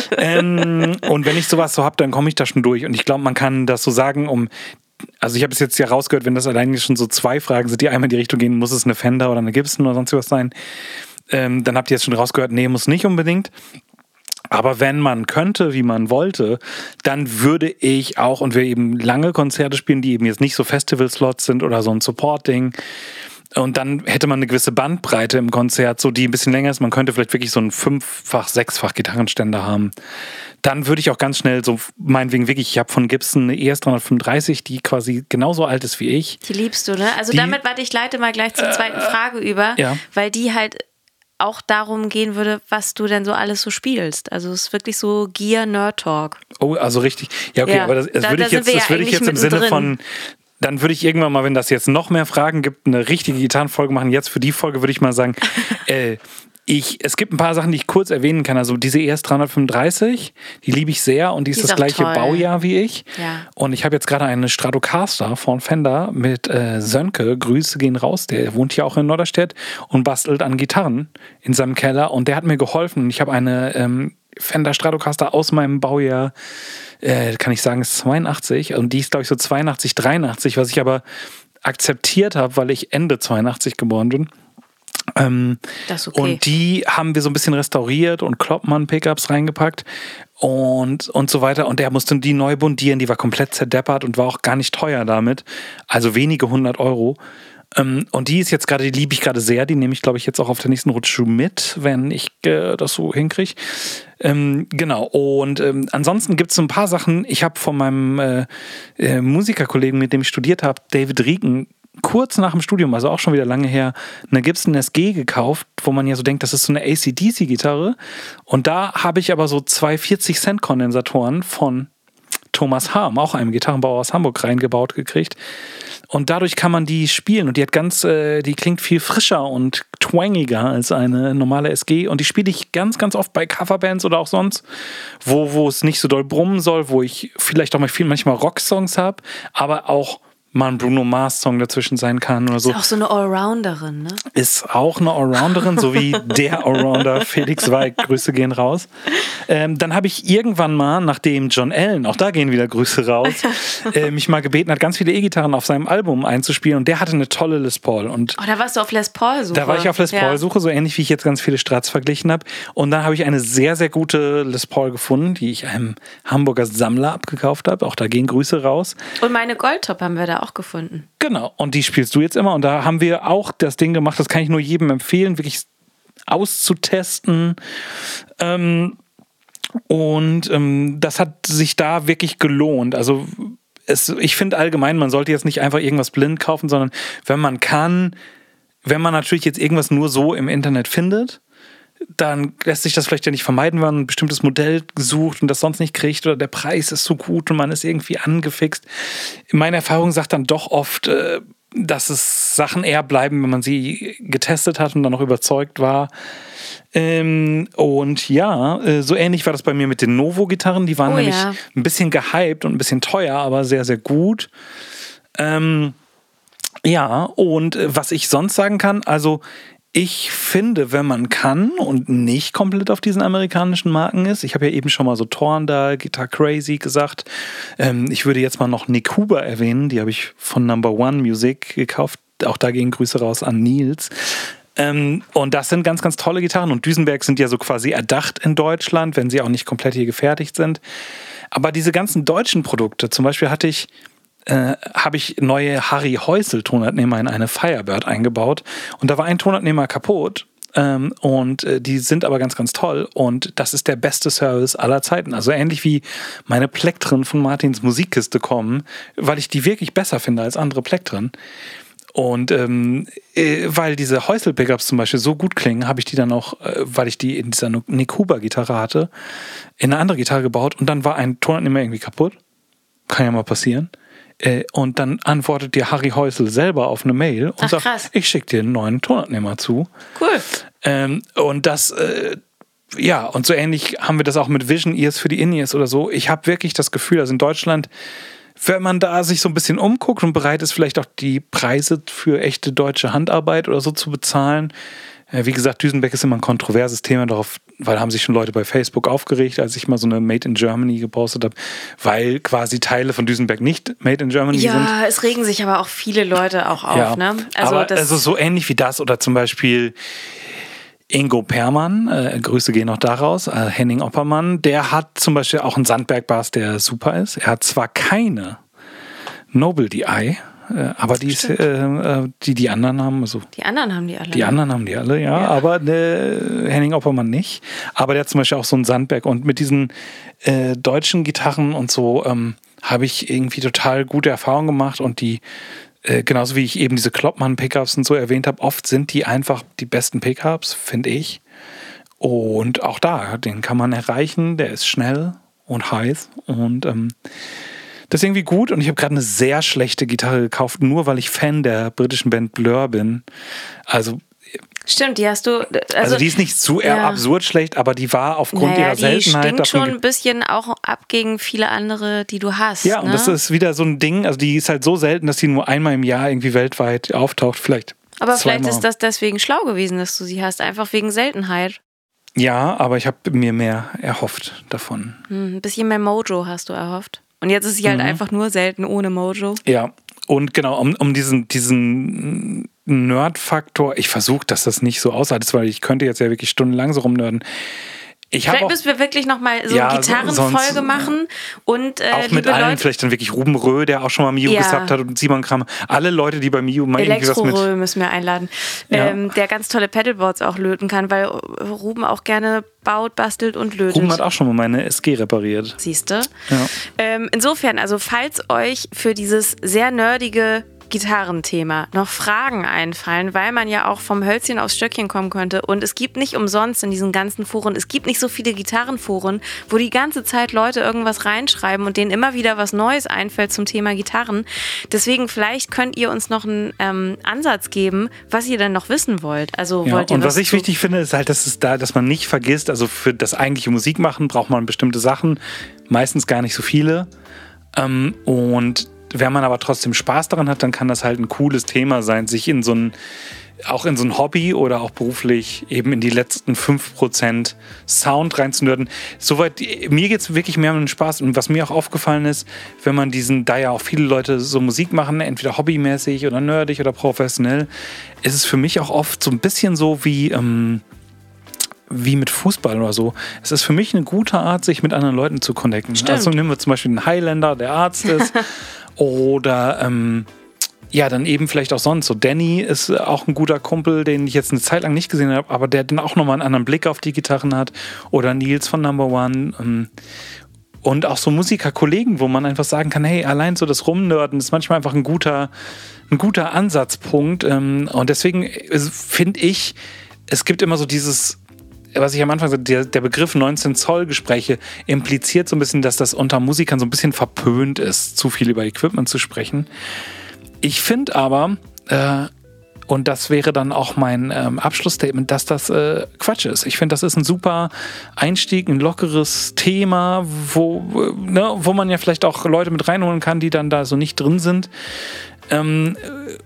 Und wenn ich sowas so habe, dann komme ich da schon durch. Und ich glaube, man kann das so sagen, also ich habe es jetzt ja rausgehört, wenn das allein schon so 2 Fragen sind, die einmal in die Richtung gehen, muss es eine Fender oder eine Gibson oder sonst was sein, dann habt ihr jetzt schon rausgehört, nee, muss nicht unbedingt. Aber wenn man könnte, wie man wollte, dann würde ich auch, und wir eben lange Konzerte spielen, die eben jetzt nicht so Festival-Slots sind oder so ein Support-Ding, und dann hätte man eine gewisse Bandbreite im Konzert, so die ein bisschen länger ist. Man könnte vielleicht wirklich so einen 5-fach, 6-fach Gitarrenständer haben. Dann würde ich auch ganz schnell so, meinetwegen wirklich, ich habe von Gibson eine ES-335, die quasi genauso alt ist wie ich. Die liebst du, ne? Also ich leite mal gleich zur zweiten Frage über, weil die halt auch darum gehen würde, was du denn so alles so spielst. Also es ist wirklich so Gear-Nerd-Talk. Oh, also richtig. Ja, okay, aber das würde ich jetzt im Sinne von, dann würde ich irgendwann mal, wenn das jetzt noch mehr Fragen gibt, eine richtige Gitarrenfolge machen. Jetzt für die Folge würde ich mal sagen, es gibt ein paar Sachen, die ich kurz erwähnen kann. Also diese ES-335, die liebe ich sehr und die ist das gleiche Baujahr wie ich. Ja. Und ich habe jetzt gerade eine Stratocaster von Fender mit Sönke, Grüße gehen raus, der wohnt hier auch in Norderstedt und bastelt an Gitarren in seinem Keller und der hat mir geholfen. Ich habe eine Fender Stratocaster aus meinem Baujahr, kann ich sagen, ist 82 und die ist, glaube ich, so 82, 83, was ich aber akzeptiert habe, weil ich Ende 82 geboren bin. Das ist okay. Und die haben wir so ein bisschen restauriert und Kloppmann-Pickups reingepackt und so weiter. Und der musste die neu bundieren, die war komplett zerdeppert und war auch gar nicht teuer damit. Also wenige 100 Euro. Und die ist jetzt gerade, die liebe ich gerade sehr. Die nehme ich, glaube ich, jetzt auch auf der nächsten Rutsche mit, wenn ich das so hinkriege. Genau. Und ansonsten gibt es so ein paar Sachen. Ich habe von meinem Musikerkollegen, mit dem ich studiert habe, David Rieken, kurz nach dem Studium, also auch schon wieder lange her, eine Gibson SG gekauft, wo man ja so denkt, das ist so eine AC/DC-Gitarre. Und da habe ich aber so 2 40-Cent-Kondensatoren von Thomas Harm, auch einem Gitarrenbauer aus Hamburg, reingebaut gekriegt. Und dadurch kann man die spielen. Und die die klingt viel frischer und twangiger als eine normale SG. Und die spiele ich ganz, ganz oft bei Coverbands oder auch sonst, wo es nicht so doll brummen soll, wo ich vielleicht auch manchmal Rocksongs habe, aber auch mal ein Bruno Mars-Song dazwischen sein kann oder so. Ist auch so eine Allrounderin, ne? Ist auch eine Allrounderin, so wie der Allrounder Felix Weig. Grüße gehen raus. Dann habe ich irgendwann mal, nachdem John Allen, auch da gehen wieder Grüße raus, mich mal gebeten hat, ganz viele E-Gitarren auf seinem Album einzuspielen und der hatte eine tolle Les Paul. Und da warst du auf Les Paul-Suche. Da war ich auf Les Paul-Suche, so ähnlich wie ich jetzt ganz viele Strats verglichen habe. Und dann habe ich eine sehr, sehr gute Les Paul gefunden, die ich einem Hamburger Sammler abgekauft habe. Auch da gehen Grüße raus. Und meine Goldtop haben wir da auch gefunden. Genau, und die spielst du jetzt immer. Und da haben wir auch das Ding gemacht, das kann ich nur jedem empfehlen, wirklich auszutesten. Das hat sich da wirklich gelohnt. Also ich finde allgemein, man sollte jetzt nicht einfach irgendwas blind kaufen, sondern wenn man natürlich jetzt irgendwas nur so im Internet findet, dann lässt sich das vielleicht ja nicht vermeiden, wenn man ein bestimmtes Modell sucht und das sonst nicht kriegt oder der Preis ist so gut und man ist irgendwie angefixt. Meine Erfahrung sagt dann doch oft, dass es Sachen eher bleiben, wenn man sie getestet hat und dann noch überzeugt war. Und ja, so ähnlich war das bei mir mit den Novo-Gitarren. Die waren nämlich ein bisschen gehypt und ein bisschen teuer, aber sehr, sehr gut. Ja, und was ich sonst sagen kann, also Ich finde, wenn man kann und nicht komplett auf diesen amerikanischen Marken ist, ich habe ja eben schon mal so Torndal, Guitar Crazy gesagt, ich würde jetzt mal noch Nick Huber erwähnen, die habe ich von Number One Music gekauft, auch da gehen Grüße raus an Nils. Und das sind ganz, ganz tolle Gitarren und Duesenberg sind ja so quasi erdacht in Deutschland, wenn sie auch nicht komplett hier gefertigt sind. Aber diese ganzen deutschen Produkte, zum Beispiel habe ich neue Harry Häusl Tonabnehmer in eine Firebird eingebaut und da war ein Tonabnehmer kaputt und die sind aber ganz, ganz toll und das ist der beste Service aller Zeiten. Also ähnlich wie meine Plektren von Martins Musikkiste kommen, weil ich die wirklich besser finde als andere Plektren. Und weil diese Häusl-Pickups zum Beispiel so gut klingen, habe ich die dann auch, weil ich die in dieser Nick Huber-Gitarre hatte, in eine andere Gitarre gebaut und dann war ein Tonabnehmer irgendwie kaputt. Kann ja mal passieren. Und dann antwortet dir Harry Häusl selber auf eine Mail und sagt, krass. Ich schicke dir einen neuen Tonabnehmer zu. Cool. Und das, und so ähnlich haben wir das auch mit Vision Ears für die In-Ears oder so. Ich habe wirklich das Gefühl, also in Deutschland, wenn man da sich so ein bisschen umguckt und bereit ist, vielleicht auch die Preise für echte deutsche Handarbeit oder so zu bezahlen. Wie gesagt, Duesenberg ist immer ein kontroverses Thema darauf, weil haben sich schon Leute bei Facebook aufgeregt, als ich mal so eine Made in Germany gepostet habe, weil quasi Teile von Duesenberg nicht Made in Germany sind. Ja, es regen sich aber auch viele Leute auch auf. Ja. Ne? Also so ähnlich wie das oder zum Beispiel Ingo Permann, Grüße gehen noch daraus, Henning Oppermann, der hat zum Beispiel auch einen Sandberg-Bass, der super ist. Er hat zwar keine Noble DI, aber die anderen haben so. Die anderen haben die alle. Die anderen haben die alle, ja. Aber Henning Oppermann nicht. Aber der hat zum Beispiel auch so einen Sandberg. Und mit diesen deutschen Gitarren und so habe ich irgendwie total gute Erfahrungen gemacht. Und die, genauso wie ich eben diese Kloppmann-Pickups und so erwähnt habe, oft sind die einfach die besten Pickups, finde ich. Und auch da, den kann man erreichen. Der ist schnell und heiß. Und das ist irgendwie gut und ich habe gerade eine sehr schlechte Gitarre gekauft, nur weil ich Fan der britischen Band Blur bin. Also stimmt, die hast du... Also die ist nicht zu absurd schlecht, aber die war aufgrund ihrer Seltenheit... Die stinkt schon ein bisschen auch ab gegen viele andere, die du hast. Ja, und das ist wieder so ein Ding, also die ist halt so selten, dass die nur einmal im Jahr irgendwie weltweit auftaucht, vielleicht. Aber vielleicht ist das deswegen schlau gewesen, dass du sie hast, einfach wegen Seltenheit. Ja, aber ich habe mir mehr erhofft davon. Ein bisschen mehr Mojo hast du erhofft. Und jetzt ist sie halt einfach nur selten ohne Mojo. Ja, und genau, um diesen Nerd-Faktor, ich versuche, dass das nicht so ausartet, weil ich könnte jetzt ja wirklich stundenlang so rumnörden. Vielleicht müssen wir wirklich nochmal so eine Gitarrenfolge machen. Und, auch mit allen, Leute, vielleicht dann wirklich Ruben Röh, der auch schon mal Miu gesappt hat und Simon Kramer. Alle Leute, die bei Miu mal irgendwie was mit... Elektro-Röh müssen wir einladen. Ja. Der ganz tolle Pedalboards auch löten kann, weil Ruben auch gerne baut, bastelt und lötet. Ruben hat auch schon mal meine SG repariert. Siehste? Ja. Insofern, also falls euch für dieses sehr nerdige Gitarrenthema noch Fragen einfallen, weil man ja auch vom Hölzchen aufs Stöckchen kommen könnte. Und es gibt nicht umsonst in diesen ganzen Foren, es gibt nicht so viele Gitarrenforen, wo die ganze Zeit Leute irgendwas reinschreiben und denen immer wieder was Neues einfällt zum Thema Gitarren. Deswegen vielleicht könnt ihr uns noch einen Ansatz geben, was ihr denn noch wissen wollt. Also wollt ihr was ich wichtig finde, ist halt, dass man nicht vergisst, also für das eigentliche Musikmachen braucht man bestimmte Sachen, meistens gar nicht so viele. Und wenn man aber trotzdem Spaß daran hat, dann kann das halt ein cooles Thema sein, sich in so ein Hobby oder auch beruflich eben in die letzten 5% Sound reinzunörden. Soweit, mir geht es wirklich mehr um den Spaß. Und was mir auch aufgefallen ist, wenn man da ja auch viele Leute so Musik machen, entweder hobbymäßig oder nerdig oder professionell, ist es für mich auch oft so ein bisschen so wie mit Fußball oder so. Es ist für mich eine gute Art, sich mit anderen Leuten zu connecten. Stimmt. Also nehmen wir zum Beispiel einen Highlander, der Arzt ist. Oder dann eben vielleicht auch sonst. So Danny ist auch ein guter Kumpel, den ich jetzt eine Zeit lang nicht gesehen habe, aber der dann auch nochmal einen anderen Blick auf die Gitarren hat. Oder Nils von Number One. Und auch so Musikerkollegen, wo man einfach sagen kann, hey, allein so das Rumnörden ist manchmal einfach ein guter Ansatzpunkt. Und deswegen finde ich, es gibt immer so dieses... Was ich am Anfang sagte, der Begriff 19-Zoll-Gespräche impliziert so ein bisschen, dass das unter Musikern so ein bisschen verpönt ist, zu viel über Equipment zu sprechen. Ich finde aber, und das wäre dann auch mein Abschlussstatement, dass das Quatsch ist. Ich finde, das ist ein super Einstieg, ein lockeres Thema, wo man ja vielleicht auch Leute mit reinholen kann, die dann da so nicht drin sind.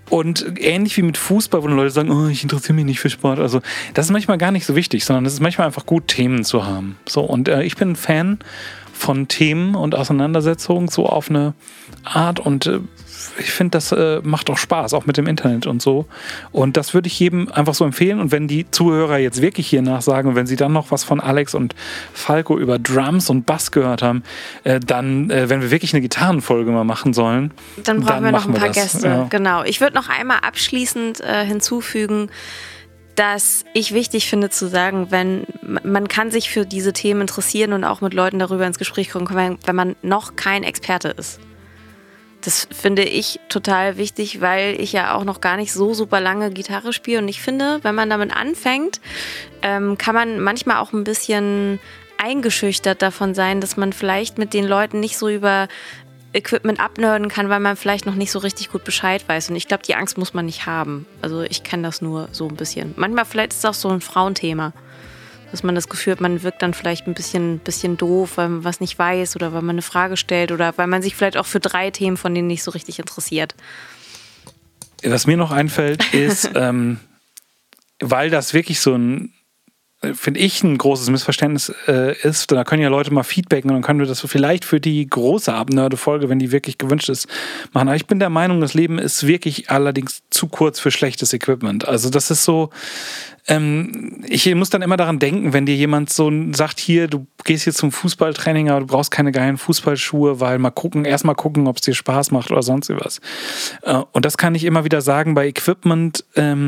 Und ähnlich wie mit Fußball, wo dann Leute sagen, oh, ich interessiere mich nicht für Sport. Also das ist manchmal gar nicht so wichtig, sondern es ist manchmal einfach gut, Themen zu haben. So, und ich bin ein Fan von Themen und Auseinandersetzungen so auf eine Art und ich finde, das macht auch Spaß, auch mit dem Internet und so. Und das würde ich jedem einfach so empfehlen. Und wenn die Zuhörer jetzt wirklich hier nachsagen, wenn sie dann noch was von Alex und Falco über Drums und Bass gehört haben, dann, wenn wir wirklich eine Gitarrenfolge mal machen sollen, dann brauchen wir noch ein paar Gäste. Ja. Genau. Ich würde noch einmal abschließend hinzufügen, dass ich wichtig finde zu sagen, wenn man kann sich für diese Themen interessieren und auch mit Leuten darüber ins Gespräch kommen, wenn man noch kein Experte ist. Das finde ich total wichtig, weil ich ja auch noch gar nicht so super lange Gitarre spiele. Und ich finde, wenn man damit anfängt, kann man manchmal auch ein bisschen eingeschüchtert davon sein, dass man vielleicht mit den Leuten nicht so über Equipment abnörden kann, weil man vielleicht noch nicht so richtig gut Bescheid weiß. Und ich glaube, die Angst muss man nicht haben. Also ich kenne das nur so ein bisschen. Manchmal vielleicht ist es auch so ein Frauenthema, dass man das Gefühl hat, man wirkt dann vielleicht ein bisschen doof, weil man was nicht weiß oder weil man eine Frage stellt oder weil man sich vielleicht auch für 3 Themen von denen nicht so richtig interessiert. Was mir noch einfällt, ist, weil das wirklich so ein, finde ich, ein großes Missverständnis ist, da können ja Leute mal feedbacken und dann können wir das vielleicht für die große Abnörde-Folge, wenn die wirklich gewünscht ist, machen. Aber ich bin der Meinung, das Leben ist wirklich allerdings zu kurz für schlechtes Equipment. Also das ist so, ich muss dann immer daran denken, wenn dir jemand so sagt, hier, du gehst jetzt zum Fußballtraining, aber du brauchst keine geilen Fußballschuhe, weil erst mal gucken, ob es dir Spaß macht oder sonst was. Und das kann ich immer wieder sagen bei Equipment,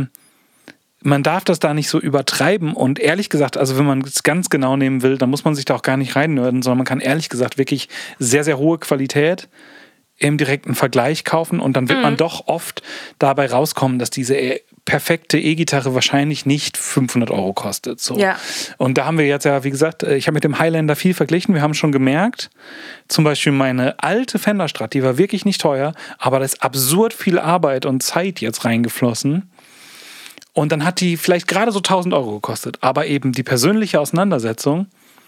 man darf das da nicht so übertreiben und ehrlich gesagt, also wenn man es ganz genau nehmen will, dann muss man sich da auch gar nicht reinnörden, sondern man kann ehrlich gesagt wirklich sehr, sehr hohe Qualität im direkten Vergleich kaufen und dann wird man doch oft dabei rauskommen, dass diese perfekte E-Gitarre wahrscheinlich nicht 500 € kostet. So. Ja. Und da haben wir jetzt ja, wie gesagt, ich habe mit dem Highlander viel verglichen. Wir haben schon gemerkt, zum Beispiel meine alte Fender Strat, die war wirklich nicht teuer, aber da ist absurd viel Arbeit und Zeit jetzt reingeflossen. Und dann hat die vielleicht gerade so 1.000 € gekostet. Aber eben die persönliche Auseinandersetzung,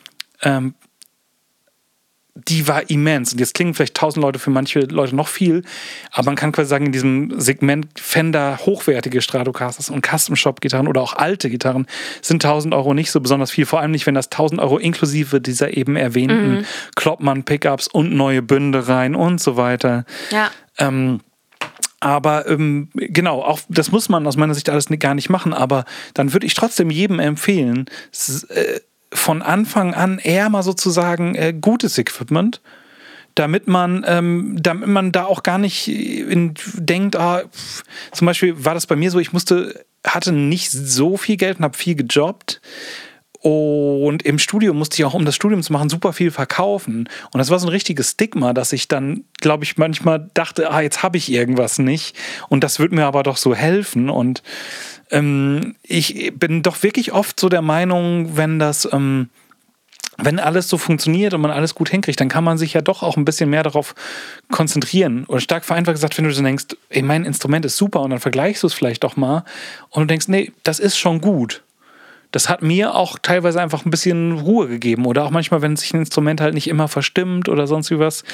die war immens. Und jetzt klingen vielleicht 1.000 Leute für manche Leute noch viel. Aber man kann quasi sagen, in diesem Segment Fender hochwertige Stratocasters und Custom-Shop-Gitarren oder auch alte Gitarren sind 1.000 € nicht so besonders viel. Vor allem nicht, wenn das 1.000 € inklusive dieser eben erwähnten Kloppmann-Pickups und neue Bünde rein und so weiter. Ja. Aber genau, auch das muss man aus meiner Sicht alles gar nicht machen, aber dann würde ich trotzdem jedem empfehlen, von Anfang an eher mal sozusagen gutes Equipment, damit man da auch gar nicht denkt, zum Beispiel war das bei mir so, ich hatte nicht so viel Geld und habe viel gejobbt. Und im Studium musste ich auch, um das Studium zu machen, super viel verkaufen. Und das war so ein richtiges Stigma, dass ich dann, glaube ich, manchmal dachte, jetzt habe ich irgendwas nicht. Und das wird mir aber doch so helfen. Und ich bin doch wirklich oft so der Meinung, wenn alles so funktioniert und man alles gut hinkriegt, dann kann man sich ja doch auch ein bisschen mehr darauf konzentrieren. Oder stark vereinfacht gesagt, wenn du so denkst, ey, mein Instrument ist super und dann vergleichst du es vielleicht doch mal und du denkst, nee, das ist schon gut. Das hat mir auch teilweise einfach ein bisschen Ruhe gegeben. Oder auch manchmal, wenn sich ein Instrument halt nicht immer verstimmt oder sonst wie was.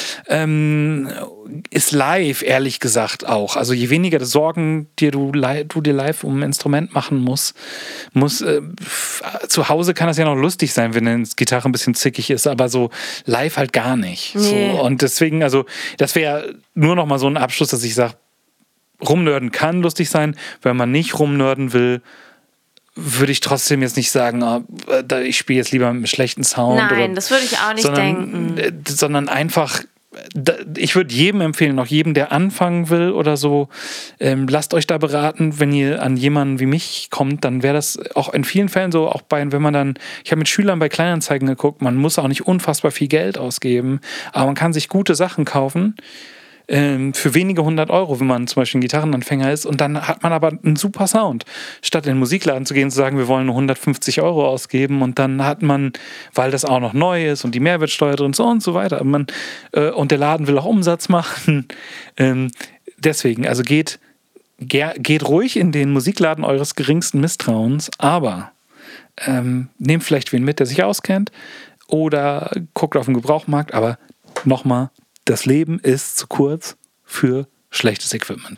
Ist live, ehrlich gesagt, auch. Also je weniger Sorgen du dir live um ein Instrument machen musst, zu Hause kann das ja noch lustig sein, wenn eine Gitarre ein bisschen zickig ist, aber so live halt gar nicht. Nee. So. Und deswegen, also das wäre nur noch mal so ein Abschluss, dass ich sage, rumnörden kann lustig sein. Wenn man nicht rumnörden will, würde ich trotzdem jetzt nicht sagen, ich spiele jetzt lieber mit einem schlechten Sound. Nein, das würde ich auch nicht denken. Sondern einfach, ich würde jedem empfehlen, auch jedem, der anfangen will oder so, lasst euch da beraten. Wenn ihr an jemanden wie mich kommt, dann wäre das auch in vielen Fällen so, auch ich habe mit Schülern bei Kleinanzeigen geguckt, man muss auch nicht unfassbar viel Geld ausgeben, aber man kann sich gute Sachen kaufen, für wenige 100 €, wenn man zum Beispiel ein Gitarrenanfänger ist und dann hat man aber einen super Sound. Statt in den Musikladen zu gehen und zu sagen, wir wollen nur 150 € ausgeben und dann hat man, weil das auch noch neu ist und die Mehrwertsteuer drin und so weiter, und der Laden will auch Umsatz machen. Deswegen, also geht ruhig in den Musikladen eures geringsten Misstrauens, aber nehmt vielleicht wen mit, der sich auskennt oder guckt auf den Gebrauchmarkt, aber nochmal, das Leben ist zu kurz für schlechtes Equipment.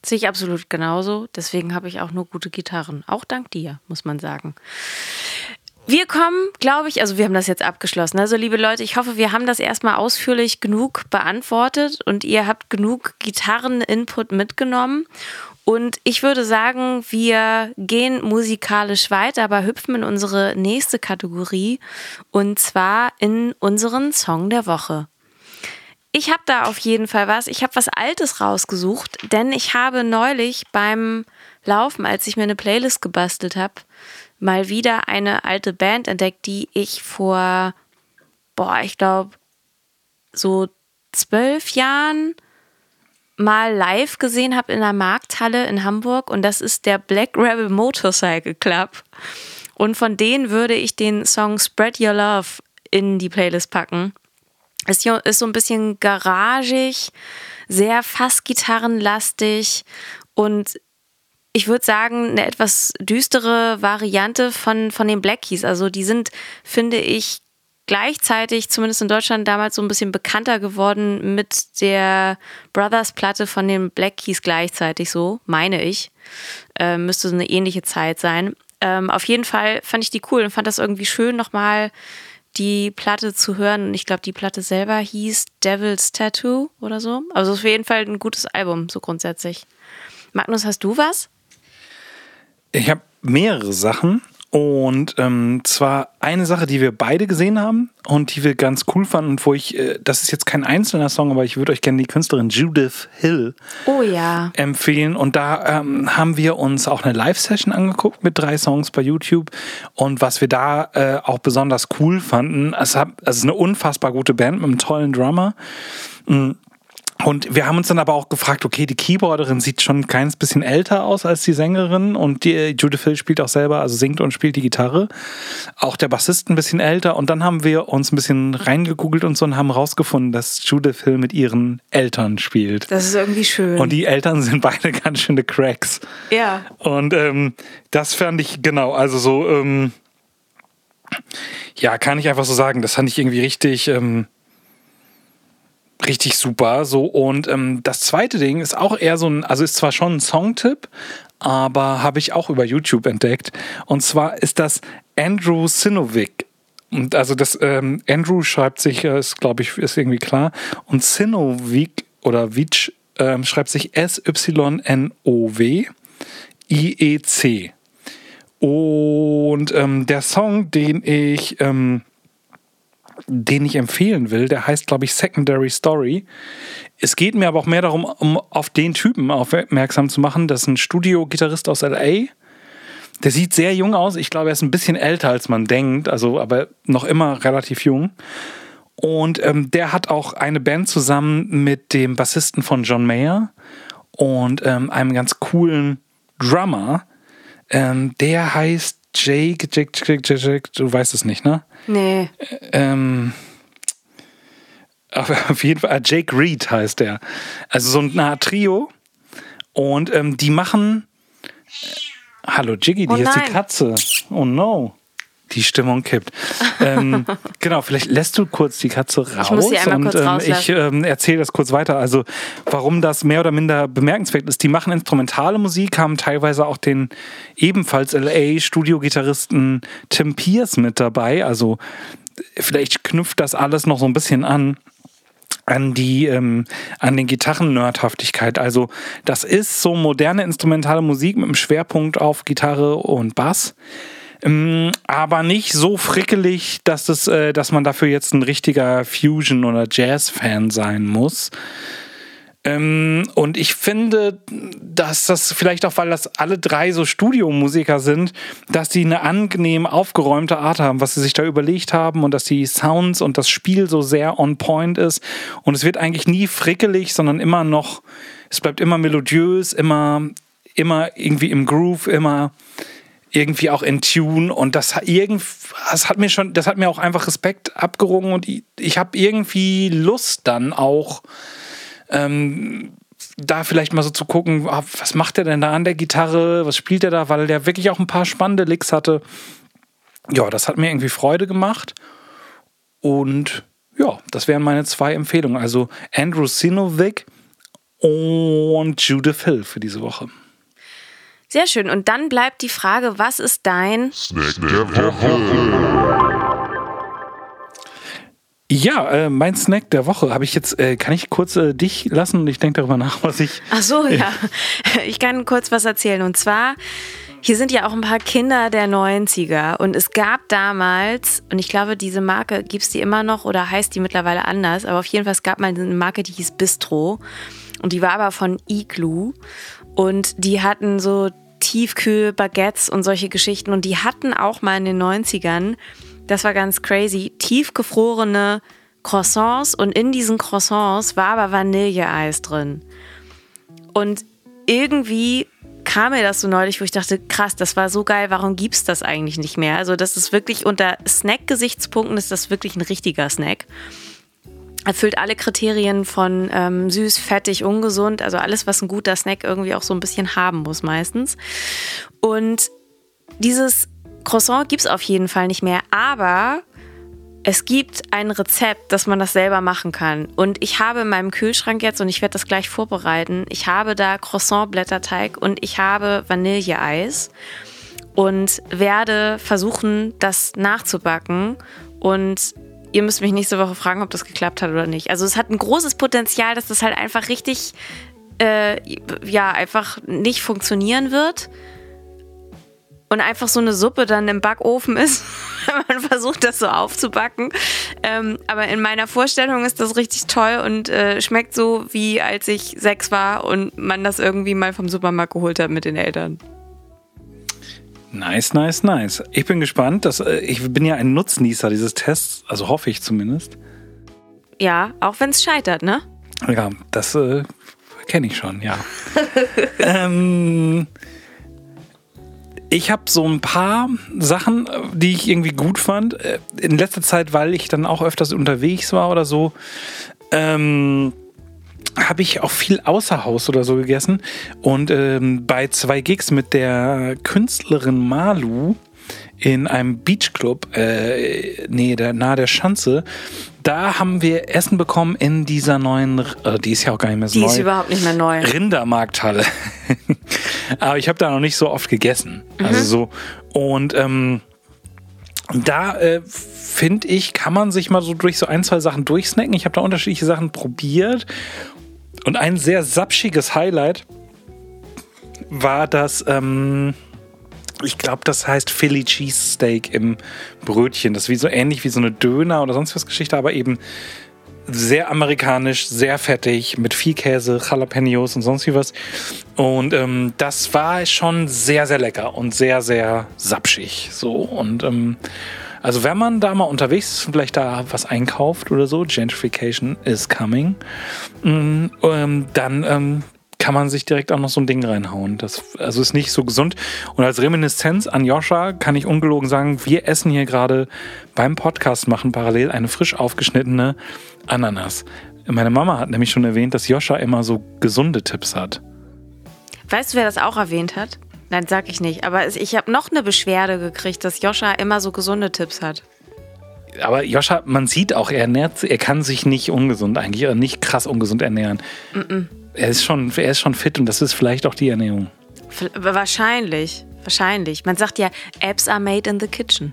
Sehe ich absolut genauso. Deswegen habe ich auch nur gute Gitarren. Auch dank dir, muss man sagen. Wir kommen, glaube ich, also wir haben das jetzt abgeschlossen. Also liebe Leute, ich hoffe, wir haben das erstmal ausführlich genug beantwortet und ihr habt genug Gitarren-Input mitgenommen. Und ich würde sagen, wir gehen musikalisch weiter, aber hüpfen in unsere nächste Kategorie und zwar in unseren Song der Woche. Ich habe da auf jeden Fall was. Ich habe was Altes rausgesucht, denn ich habe neulich beim Laufen, als ich mir eine Playlist gebastelt habe, mal wieder eine alte Band entdeckt, die ich vor, ich glaube, so 12 Jahren mal live gesehen habe in der Markthalle in Hamburg. Und das ist der Black Rebel Motorcycle Club. Und von denen würde ich den Song Spread Your Love in die Playlist packen. Ist so ein bisschen garagig, sehr fast gitarrenlastig und ich würde sagen, eine etwas düstere Variante von den Black Keys. Also die sind, finde ich, gleichzeitig, zumindest in Deutschland, damals so ein bisschen bekannter geworden mit der Brothers-Platte von den Black Keys gleichzeitig so, meine ich. Müsste so eine ähnliche Zeit sein. Auf jeden Fall fand ich die cool und fand das irgendwie schön, nochmal die Platte zu hören. Und ich glaube, die Platte selber hieß Devil's Tattoo oder so. Also auf jeden Fall ein gutes Album, so grundsätzlich. Magnus, hast du was? Ich habe mehrere Sachen. Und zwar eine Sache, die wir beide gesehen haben und die wir ganz cool fanden und wo ich, das ist jetzt kein einzelner Song, aber ich würde euch gerne die Künstlerin Judith Hill empfehlen. Und da haben wir uns auch eine Live-Session angeguckt mit 3 Songs bei YouTube. Und was wir da auch besonders cool fanden, es ist eine unfassbar gute Band mit einem tollen Drummer. Und wir haben uns dann aber auch gefragt, okay, die Keyboarderin sieht schon ein kleines bisschen älter aus als die Sängerin und die Judith Hill spielt auch selber, also singt und spielt die Gitarre. Auch der Bassist ein bisschen älter und dann haben wir uns ein bisschen reingegoogelt und so und haben rausgefunden, dass Judith Hill mit ihren Eltern spielt. Das ist irgendwie schön. Und die Eltern sind beide ganz schöne Cracks. Ja. Und das fand ich, genau, also so, kann ich einfach so sagen, das fand ich irgendwie richtig super, so und das zweite Ding ist auch eher so ist zwar schon ein Songtipp, aber habe ich auch über YouTube entdeckt und zwar ist das Andrew Sinovic und also das Andrew schreibt sich, ist irgendwie klar und Sinovic oder Vic schreibt sich SYNOWIEC und der Song, den ich empfehlen will, der heißt, glaube ich, Secondary Story. Es geht mir aber auch mehr darum, um auf den Typen aufmerksam zu machen. Das ist ein Studio-Gitarrist aus L.A. Der sieht sehr jung aus. Ich glaube, er ist ein bisschen älter, als man denkt, also aber noch immer relativ jung. Und der hat auch eine Band zusammen mit dem Bassisten von John Mayer und einem ganz coolen Drummer. Der heißt Jake, du weißt es nicht, ne? Nee. Aber auf jeden Fall, Jake Reed heißt der. Also so eine Art Trio. Und die machen. Hallo Jiggy, die ist die Katze. Oh no. Die Stimmung kippt. Genau, vielleicht lässt du kurz die Katze raus. Ich muss sie einmal kurz rauslassen. Ich erzähle das kurz weiter. Also, warum das mehr oder minder bemerkenswert ist. Die machen instrumentale Musik, haben teilweise auch den ebenfalls LA-Studio-Gitarristen Tim Pierce mit dabei. Also, vielleicht knüpft das alles noch so ein bisschen an den Gitarren-Nerdhaftigkeit. Also, das ist so moderne instrumentale Musik mit einem Schwerpunkt auf Gitarre und Bass. Aber nicht so frickelig, dass man dafür jetzt ein richtiger Fusion- oder Jazz-Fan sein muss. Und ich finde, dass das vielleicht auch, weil das alle 3 so Studiomusiker sind, dass die eine angenehm aufgeräumte Art haben, was sie sich da überlegt haben und dass die Sounds und das Spiel so sehr on point ist. Und es wird eigentlich nie frickelig, sondern es bleibt immer melodiös, immer irgendwie im Groove, immer irgendwie auch in Tune und das hat mir auch einfach Respekt abgerungen und ich habe irgendwie Lust dann auch da vielleicht mal so zu gucken, was macht der denn da an der Gitarre, was spielt der da, weil der wirklich auch ein paar spannende Licks hatte. Ja, das hat mir irgendwie Freude gemacht und ja, das wären meine 2 Empfehlungen. Also Andrew Sinovic und Judith Hill für diese Woche. Sehr schön. Und dann bleibt die Frage, was ist dein Snack der Woche? Ja, mein Snack der Woche habe ich jetzt, kann ich kurz dich lassen und ich denke darüber nach, was ich... Ach so, ja. Ich kann kurz was erzählen. Und zwar, hier sind ja auch ein paar Kinder der 90er. Und es gab damals, und ich glaube, diese Marke, gibt es die immer noch oder heißt die mittlerweile anders, aber auf jeden Fall, es gab mal eine Marke, die hieß Bistro. Und die war aber von Igloo. Und die hatten so Tiefkühl-Baguettes und solche Geschichten. Und die hatten auch mal in den 90ern, das war ganz crazy, tiefgefrorene Croissants. Und in diesen Croissants war aber Vanilleeis drin. Und irgendwie kam mir das so neulich, wo ich dachte, krass, das war so geil, warum gibt's das eigentlich nicht mehr? Also das ist wirklich unter Snack-Gesichtspunkten ist das wirklich ein richtiger Snack. Erfüllt alle Kriterien von süß, fettig, ungesund, also alles, was ein guter Snack irgendwie auch so ein bisschen haben muss meistens. Und dieses Croissant gibt's auf jeden Fall nicht mehr, aber es gibt ein Rezept, dass man das selber machen kann. Und ich habe in meinem Kühlschrank jetzt, und ich werde das gleich vorbereiten, ich habe da Croissant-Blätterteig und ich habe Vanilleeis und werde versuchen, das nachzubacken. Und ihr müsst mich nächste Woche fragen, ob das geklappt hat oder nicht. Also es hat ein großes Potenzial, dass das halt einfach richtig, einfach nicht funktionieren wird. Und einfach so eine Suppe dann im Backofen ist, wenn man versucht, das so aufzubacken. Aber in meiner Vorstellung ist das richtig toll und schmeckt so, wie als ich 6 war und man das irgendwie mal vom Supermarkt geholt hat mit den Eltern. Nice, nice, nice. Ich bin gespannt. Ich bin ja ein Nutznießer dieses Tests, also hoffe ich zumindest. Ja, auch wenn es scheitert, ne? Ja, das kenne ich schon, ja. Ich habe so ein paar Sachen, die ich irgendwie gut fand. In letzter Zeit, weil ich dann auch öfters unterwegs war oder so, habe ich auch viel außer Haus oder so gegessen. Und bei 2 Gigs mit der Künstlerin Malu in einem Beachclub, nahe der Schanze, da haben wir Essen bekommen in dieser neuen, die ist ja auch gar nicht mehr so neu. Die ist überhaupt nicht mehr neu. Rindermarkthalle. Aber ich habe da noch nicht so oft gegessen. Also so. Und da finde ich, kann man sich mal so durch so 1, 2 Sachen durchsnacken. Ich habe da unterschiedliche Sachen probiert. Und ein sehr sapschiges Highlight war das, ich glaube, das heißt Philly Cheesesteak im Brötchen. Das ist wie so ähnlich wie so eine Döner oder sonst was Geschichte, aber eben sehr amerikanisch, sehr fettig, mit viel Käse, Jalapenos und sonst wie was. Und das war schon sehr, sehr lecker und sehr, sehr sapschig. So. Und also wenn man da mal unterwegs ist und vielleicht da was einkauft oder so, Gentrification is coming, dann kann man sich direkt auch noch so ein Ding reinhauen. Das also ist nicht so gesund. Und als Reminiszenz an Joscha kann ich ungelogen sagen, wir essen hier gerade beim Podcast machen parallel eine frisch aufgeschnittene Ananas. Meine Mama hat nämlich schon erwähnt, dass Joscha immer so gesunde Tipps hat. Weißt du, wer das auch erwähnt hat? Nein, sag ich nicht. Aber ich habe noch eine Beschwerde gekriegt, dass Joscha immer so gesunde Tipps hat. Aber Joscha, man sieht auch, er kann sich nicht ungesund eigentlich, oder nicht krass ungesund ernähren. Er ist schon fit und das ist vielleicht auch die Ernährung. Wahrscheinlich. Man sagt ja, Apps are made in the kitchen.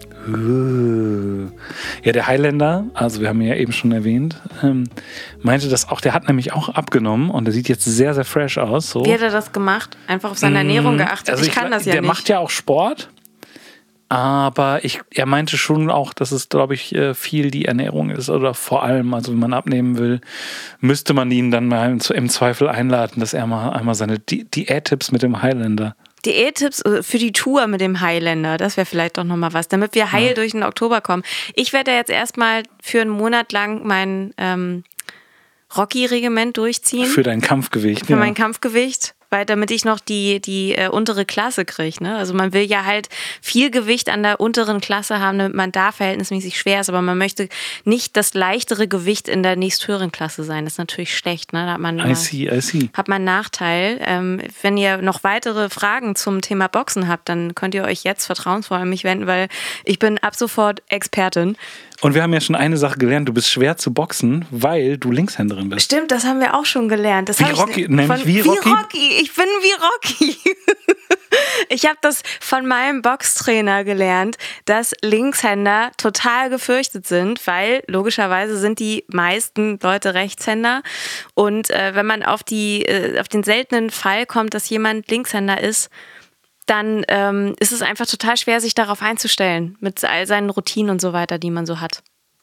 Ja, der Highlander, also wir haben ihn ja eben schon erwähnt, meinte das auch, der hat nämlich auch abgenommen und der sieht jetzt sehr, sehr fresh aus. So. Wie hat er das gemacht? Einfach auf seine Ernährung geachtet? Also ich kann das ja der nicht. Der macht ja auch Sport, aber er meinte schon auch, dass es, glaube ich, viel die Ernährung ist oder vor allem, also wenn man abnehmen will, müsste man ihn dann mal im Zweifel einladen, dass er mal einmal seine Diättipps mit dem Highlander. Diättipps für die Tour mit dem Highlander, das wäre vielleicht doch nochmal was, damit wir heil durch den Oktober kommen. Ich werde jetzt erstmal für einen Monat lang mein Rocky-Regiment durchziehen. Für dein Kampfgewicht. Für mein Kampfgewicht, weil damit ich noch die untere Klasse kriege. Ne? Also man will ja halt viel Gewicht an der unteren Klasse haben, damit man da verhältnismäßig schwer ist, aber man möchte nicht das leichtere Gewicht in der nächsthöheren Klasse sein. Das ist natürlich schlecht. Ne? Da hat man I see. Hat man einen Nachteil. Wenn ihr noch weitere Fragen zum Thema Boxen habt, dann könnt ihr euch jetzt vertrauensvoll an mich wenden, weil ich bin ab sofort Expertin. Und wir haben ja schon eine Sache gelernt, du bist schwer zu boxen, weil du Linkshänderin bist. Stimmt, das haben wir auch schon gelernt. Das wie Rocky, nämlich wie Rocky? Ich bin wie Rocky. Ich habe das von meinem Boxtrainer gelernt, dass Linkshänder total gefürchtet sind, weil logischerweise sind die meisten Leute Rechtshänder. Und wenn man auf den seltenen Fall kommt, dass jemand Linkshänder ist, dann ist es einfach total schwer, sich darauf einzustellen, mit all seinen Routinen und so weiter, die man so hat.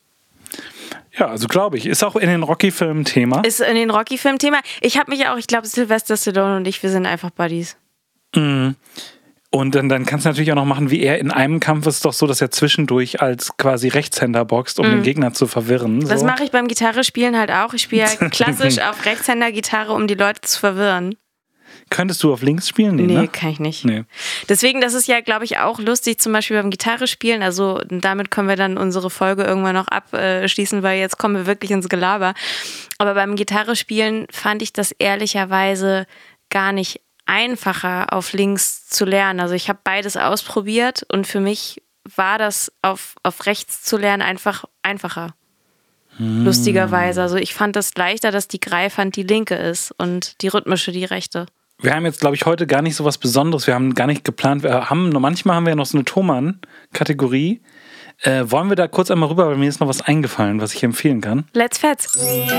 Ja, also glaube ich. Ist auch in den Rocky-Filmen Thema. Ist in den Rocky-Filmen Thema. Ich glaube, Sylvester Stallone und ich, wir sind einfach Buddies. Mhm. Und dann kannst du natürlich auch noch machen, wie er in einem Kampf ist es doch so, dass er zwischendurch als quasi Rechtshänder boxt, um den Gegner zu verwirren. So. Das mache ich beim Gitarrespielen halt auch. Ich spiele halt klassisch auf Rechtshänder-Gitarre, um die Leute zu verwirren. Könntest du auf links spielen? Nee, ne? kann ich nicht. Nee. Deswegen, das ist ja, glaube ich, auch lustig, zum Beispiel beim Gitarrespielen. Also damit können wir dann unsere Folge irgendwann noch abschließen, weil jetzt kommen wir wirklich ins Gelaber. Aber beim Gitarrespielen fand ich das ehrlicherweise gar nicht einfacher, auf links zu lernen. Also ich habe beides ausprobiert und für mich war das auf rechts zu lernen einfach einfacher. Lustigerweise. Also ich fand das leichter, dass die Greifhand die linke ist und die rhythmische die rechte. Wir haben jetzt, glaube ich, heute gar nicht so was Besonderes. Wir haben gar nicht geplant. Manchmal haben wir ja noch so eine Thomann-Kategorie. Wollen wir da kurz einmal rüber, weil mir ist noch was eingefallen, was ich empfehlen kann. Let's fetz.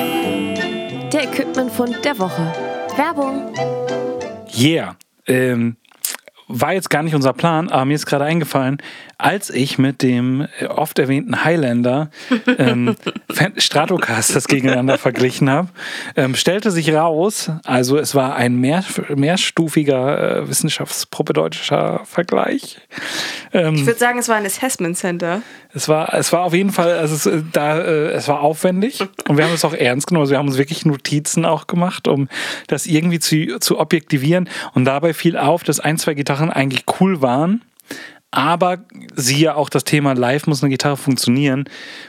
Der Equipment-Fund der Woche. Werbung. Yeah. War jetzt gar nicht unser Plan, aber mir ist gerade eingefallen, als ich mit dem oft erwähnten Highlander Stratocasters gegeneinander verglichen habe, stellte sich raus, also es war ein mehrstufiger wissenschaftspropädeutischer Vergleich. Ich würde sagen, es war ein Assessment Center. Es war auf jeden Fall, es war aufwendig und wir haben es auch ernst genommen. Also wir haben uns wirklich Notizen auch gemacht, um das irgendwie zu objektivieren. Und dabei fiel auf, dass 1, 2 Gitarren eigentlich cool waren, aber siehe auch das Thema live muss eine Gitarre funktionieren.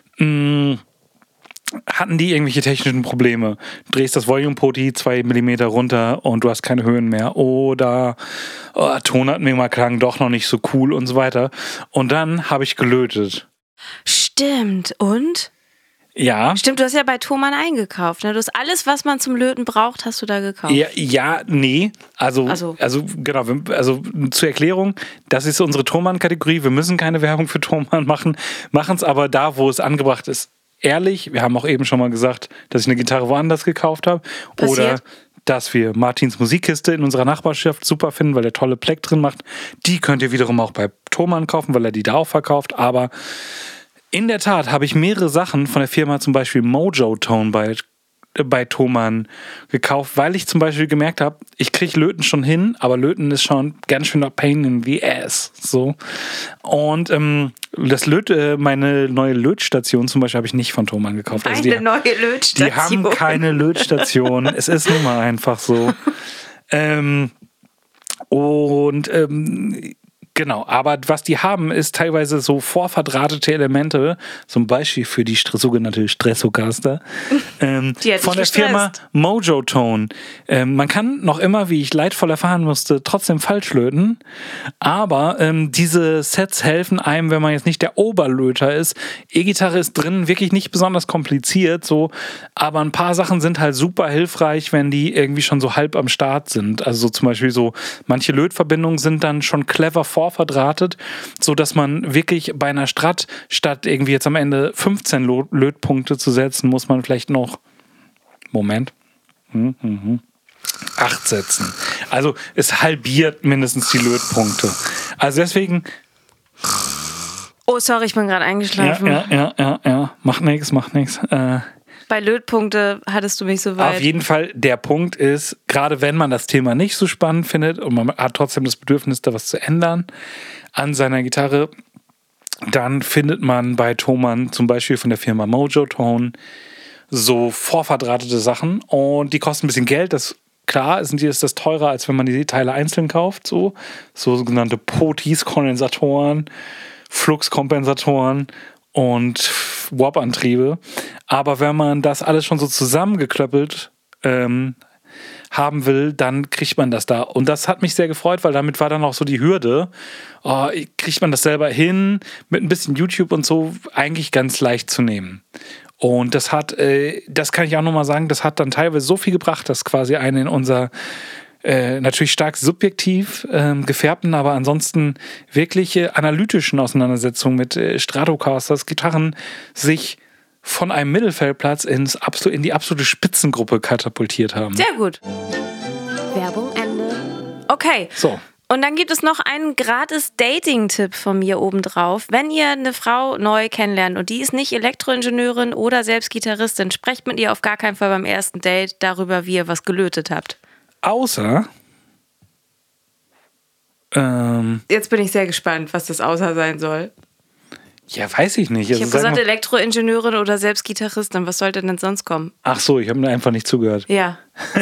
Hatten die irgendwelche technischen Probleme? Du drehst das Volume-Poti 2 mm runter und du hast keine Höhen mehr. Oder Tonabnehmer klang doch noch nicht so cool und so weiter. Und dann habe ich gelötet. Stimmt. Und? Ja. Stimmt, du hast ja bei Thomann eingekauft. Ne? Du hast alles, was man zum Löten braucht, hast du da gekauft. Nee. Also genau. Also zur Erklärung, das ist unsere Thomann-Kategorie. Wir müssen keine Werbung für Thomann machen. Machen es aber da, wo es angebracht ist. Ehrlich, wir haben auch eben schon mal gesagt, dass ich eine Gitarre woanders gekauft habe. Passiert. Oder dass wir Martins Musikkiste in unserer Nachbarschaft super finden, weil er tolle Pleck drin macht. Die könnt ihr wiederum auch bei Thomann kaufen, weil er die da auch verkauft. Aber in der Tat habe ich mehrere Sachen von der Firma, zum Beispiel Mojo Tone bei Thomann gekauft, weil ich zum Beispiel gemerkt habe, ich kriege Löten schon hin, aber Löten ist schon ganz schön Pain in the ass. So. Und meine neue Lötstation zum Beispiel habe ich nicht von Thomann gekauft. Also neue Lötstation. Die haben keine Lötstation. Es ist nun mal einfach so. Genau, aber was die haben, ist teilweise so vorverdrahtete Elemente, zum Beispiel für die sogenannte Stressocaster von der Firma Mojo Tone. Man kann noch immer, wie ich leidvoll erfahren musste, trotzdem falsch löten, aber diese Sets helfen einem, wenn man jetzt nicht der Oberlöter ist. E-Gitarre ist drin wirklich nicht besonders kompliziert, so, aber ein paar Sachen sind halt super hilfreich, wenn die irgendwie schon so halb am Start sind. Also zum Beispiel so, manche Lötverbindungen sind dann schon clever verdrahtet, so dass man wirklich bei einer Strat statt irgendwie jetzt am Ende 15 Lötpunkte zu setzen, muss man vielleicht noch 8 setzen. Also es halbiert mindestens die Lötpunkte. Also deswegen. Oh, sorry, ich bin gerade eingeschlafen. Ja. Macht nichts. Bei Lötpunkte hattest du mich so weit. Auf jeden Fall, der Punkt ist, gerade wenn man das Thema nicht so spannend findet und man hat trotzdem das Bedürfnis, da was zu ändern an seiner Gitarre, dann findet man bei Thomann zum Beispiel von der Firma Mojo Tone so vorverdrahtete Sachen und die kosten ein bisschen Geld. Klar ist das teurer, als wenn man die Teile einzeln kauft. So sogenannte Potis, Kondensatoren, Fluxkompensatoren und Warp-Antriebe. Aber wenn man das alles schon so zusammengeklöppelt haben will, dann kriegt man das da. Und das hat mich sehr gefreut, weil damit war dann auch so die Hürde. Kriegt man das selber hin, mit ein bisschen YouTube und so eigentlich ganz leicht zu nehmen. Und das das kann ich auch nochmal sagen, das hat dann teilweise so viel gebracht, dass quasi eine in unser natürlich stark subjektiv gefärbten, aber ansonsten wirklich analytischen Auseinandersetzungen mit Stratocasters, Gitarren sich von einem Mittelfeldplatz in die absolute Spitzengruppe katapultiert haben. Sehr gut. Werbung Ende. Okay. So. Und dann gibt es noch einen gratis Dating-Tipp von mir obendrauf. Wenn ihr eine Frau neu kennenlernt und die ist nicht Elektroingenieurin oder selbst Gitarristin, sprecht mit ihr auf gar keinen Fall beim ersten Date darüber, wie ihr was gelötet habt. Außer... Jetzt bin ich sehr gespannt, was das außer sein soll. Ja, weiß ich nicht. Ich habe gesagt, Elektroingenieurin oder selbst Gitarristin. Was sollte denn sonst kommen? Ach so, ich habe mir einfach nicht zugehört. Ja.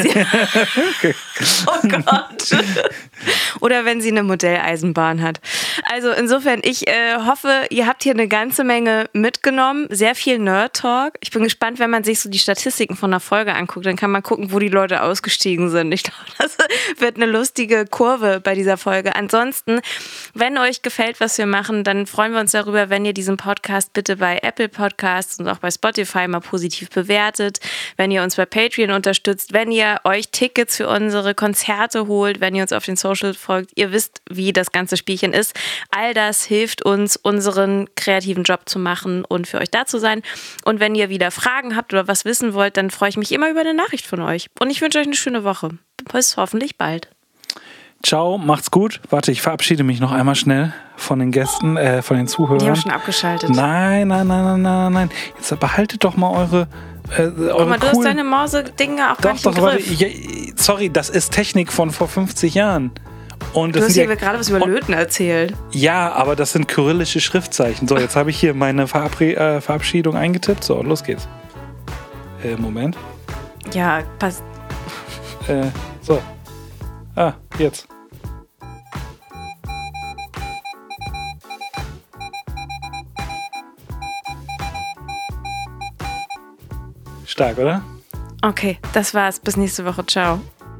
Oh Gott. Oder wenn sie eine Modelleisenbahn hat. Also insofern, ich hoffe, ihr habt hier eine ganze Menge mitgenommen. Sehr viel Nerd-Talk. Ich bin gespannt, wenn man sich so die Statistiken von der Folge anguckt, dann kann man gucken, wo die Leute ausgestiegen sind. Ich glaube, das wird eine lustige Kurve bei dieser Folge. Ansonsten, wenn euch gefällt, was wir machen, dann freuen wir uns darüber, wenn ihr diesen Podcast bitte bei Apple Podcasts und auch bei Spotify mal positiv bewertet, wenn ihr uns bei Patreon unterstützt, wenn ihr euch Tickets für unsere Konzerte holt, wenn ihr uns auf den Social folgt. Ihr wisst, wie das ganze Spielchen ist. All das hilft uns, unseren kreativen Job zu machen und für euch da zu sein. Und wenn ihr wieder Fragen habt oder was wissen wollt, dann freue ich mich immer über eine Nachricht von euch. Und ich wünsche euch eine schöne Woche. Bis hoffentlich bald. Ciao, macht's gut. Warte, ich verabschiede mich noch einmal schnell von den Gästen, von den Zuhörern. Die haben schon abgeschaltet. Nein. Jetzt behaltet doch mal eure Guck mal, du hast deine Mause-Dinger auch gar nicht im Griff. Sorry, das ist Technik von vor 50 Jahren. Und du hast hier gerade was über Löten erzählt. Ja, aber das sind kyrillische Schriftzeichen. So, jetzt habe ich hier meine Verabschiedung eingetippt. So, los geht's. Moment. Ja, passt. So. Jetzt. Stark, oder? Okay, das war's. Bis nächste Woche. Ciao.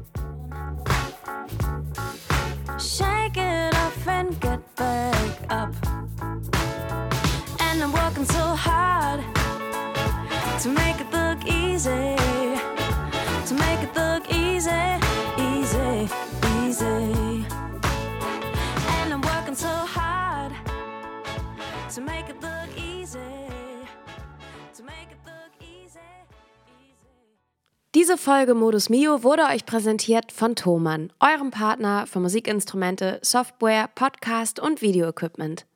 Shake it off and get back up. And I'm working so hard to make it look easy. To make it look easy, easy, easy. And I'm working so hard to make it look easy. To make it look easy. Diese Folge Modus Mio wurde euch präsentiert von Thomann, eurem Partner für Musikinstrumente, Software, Podcast und Videoequipment.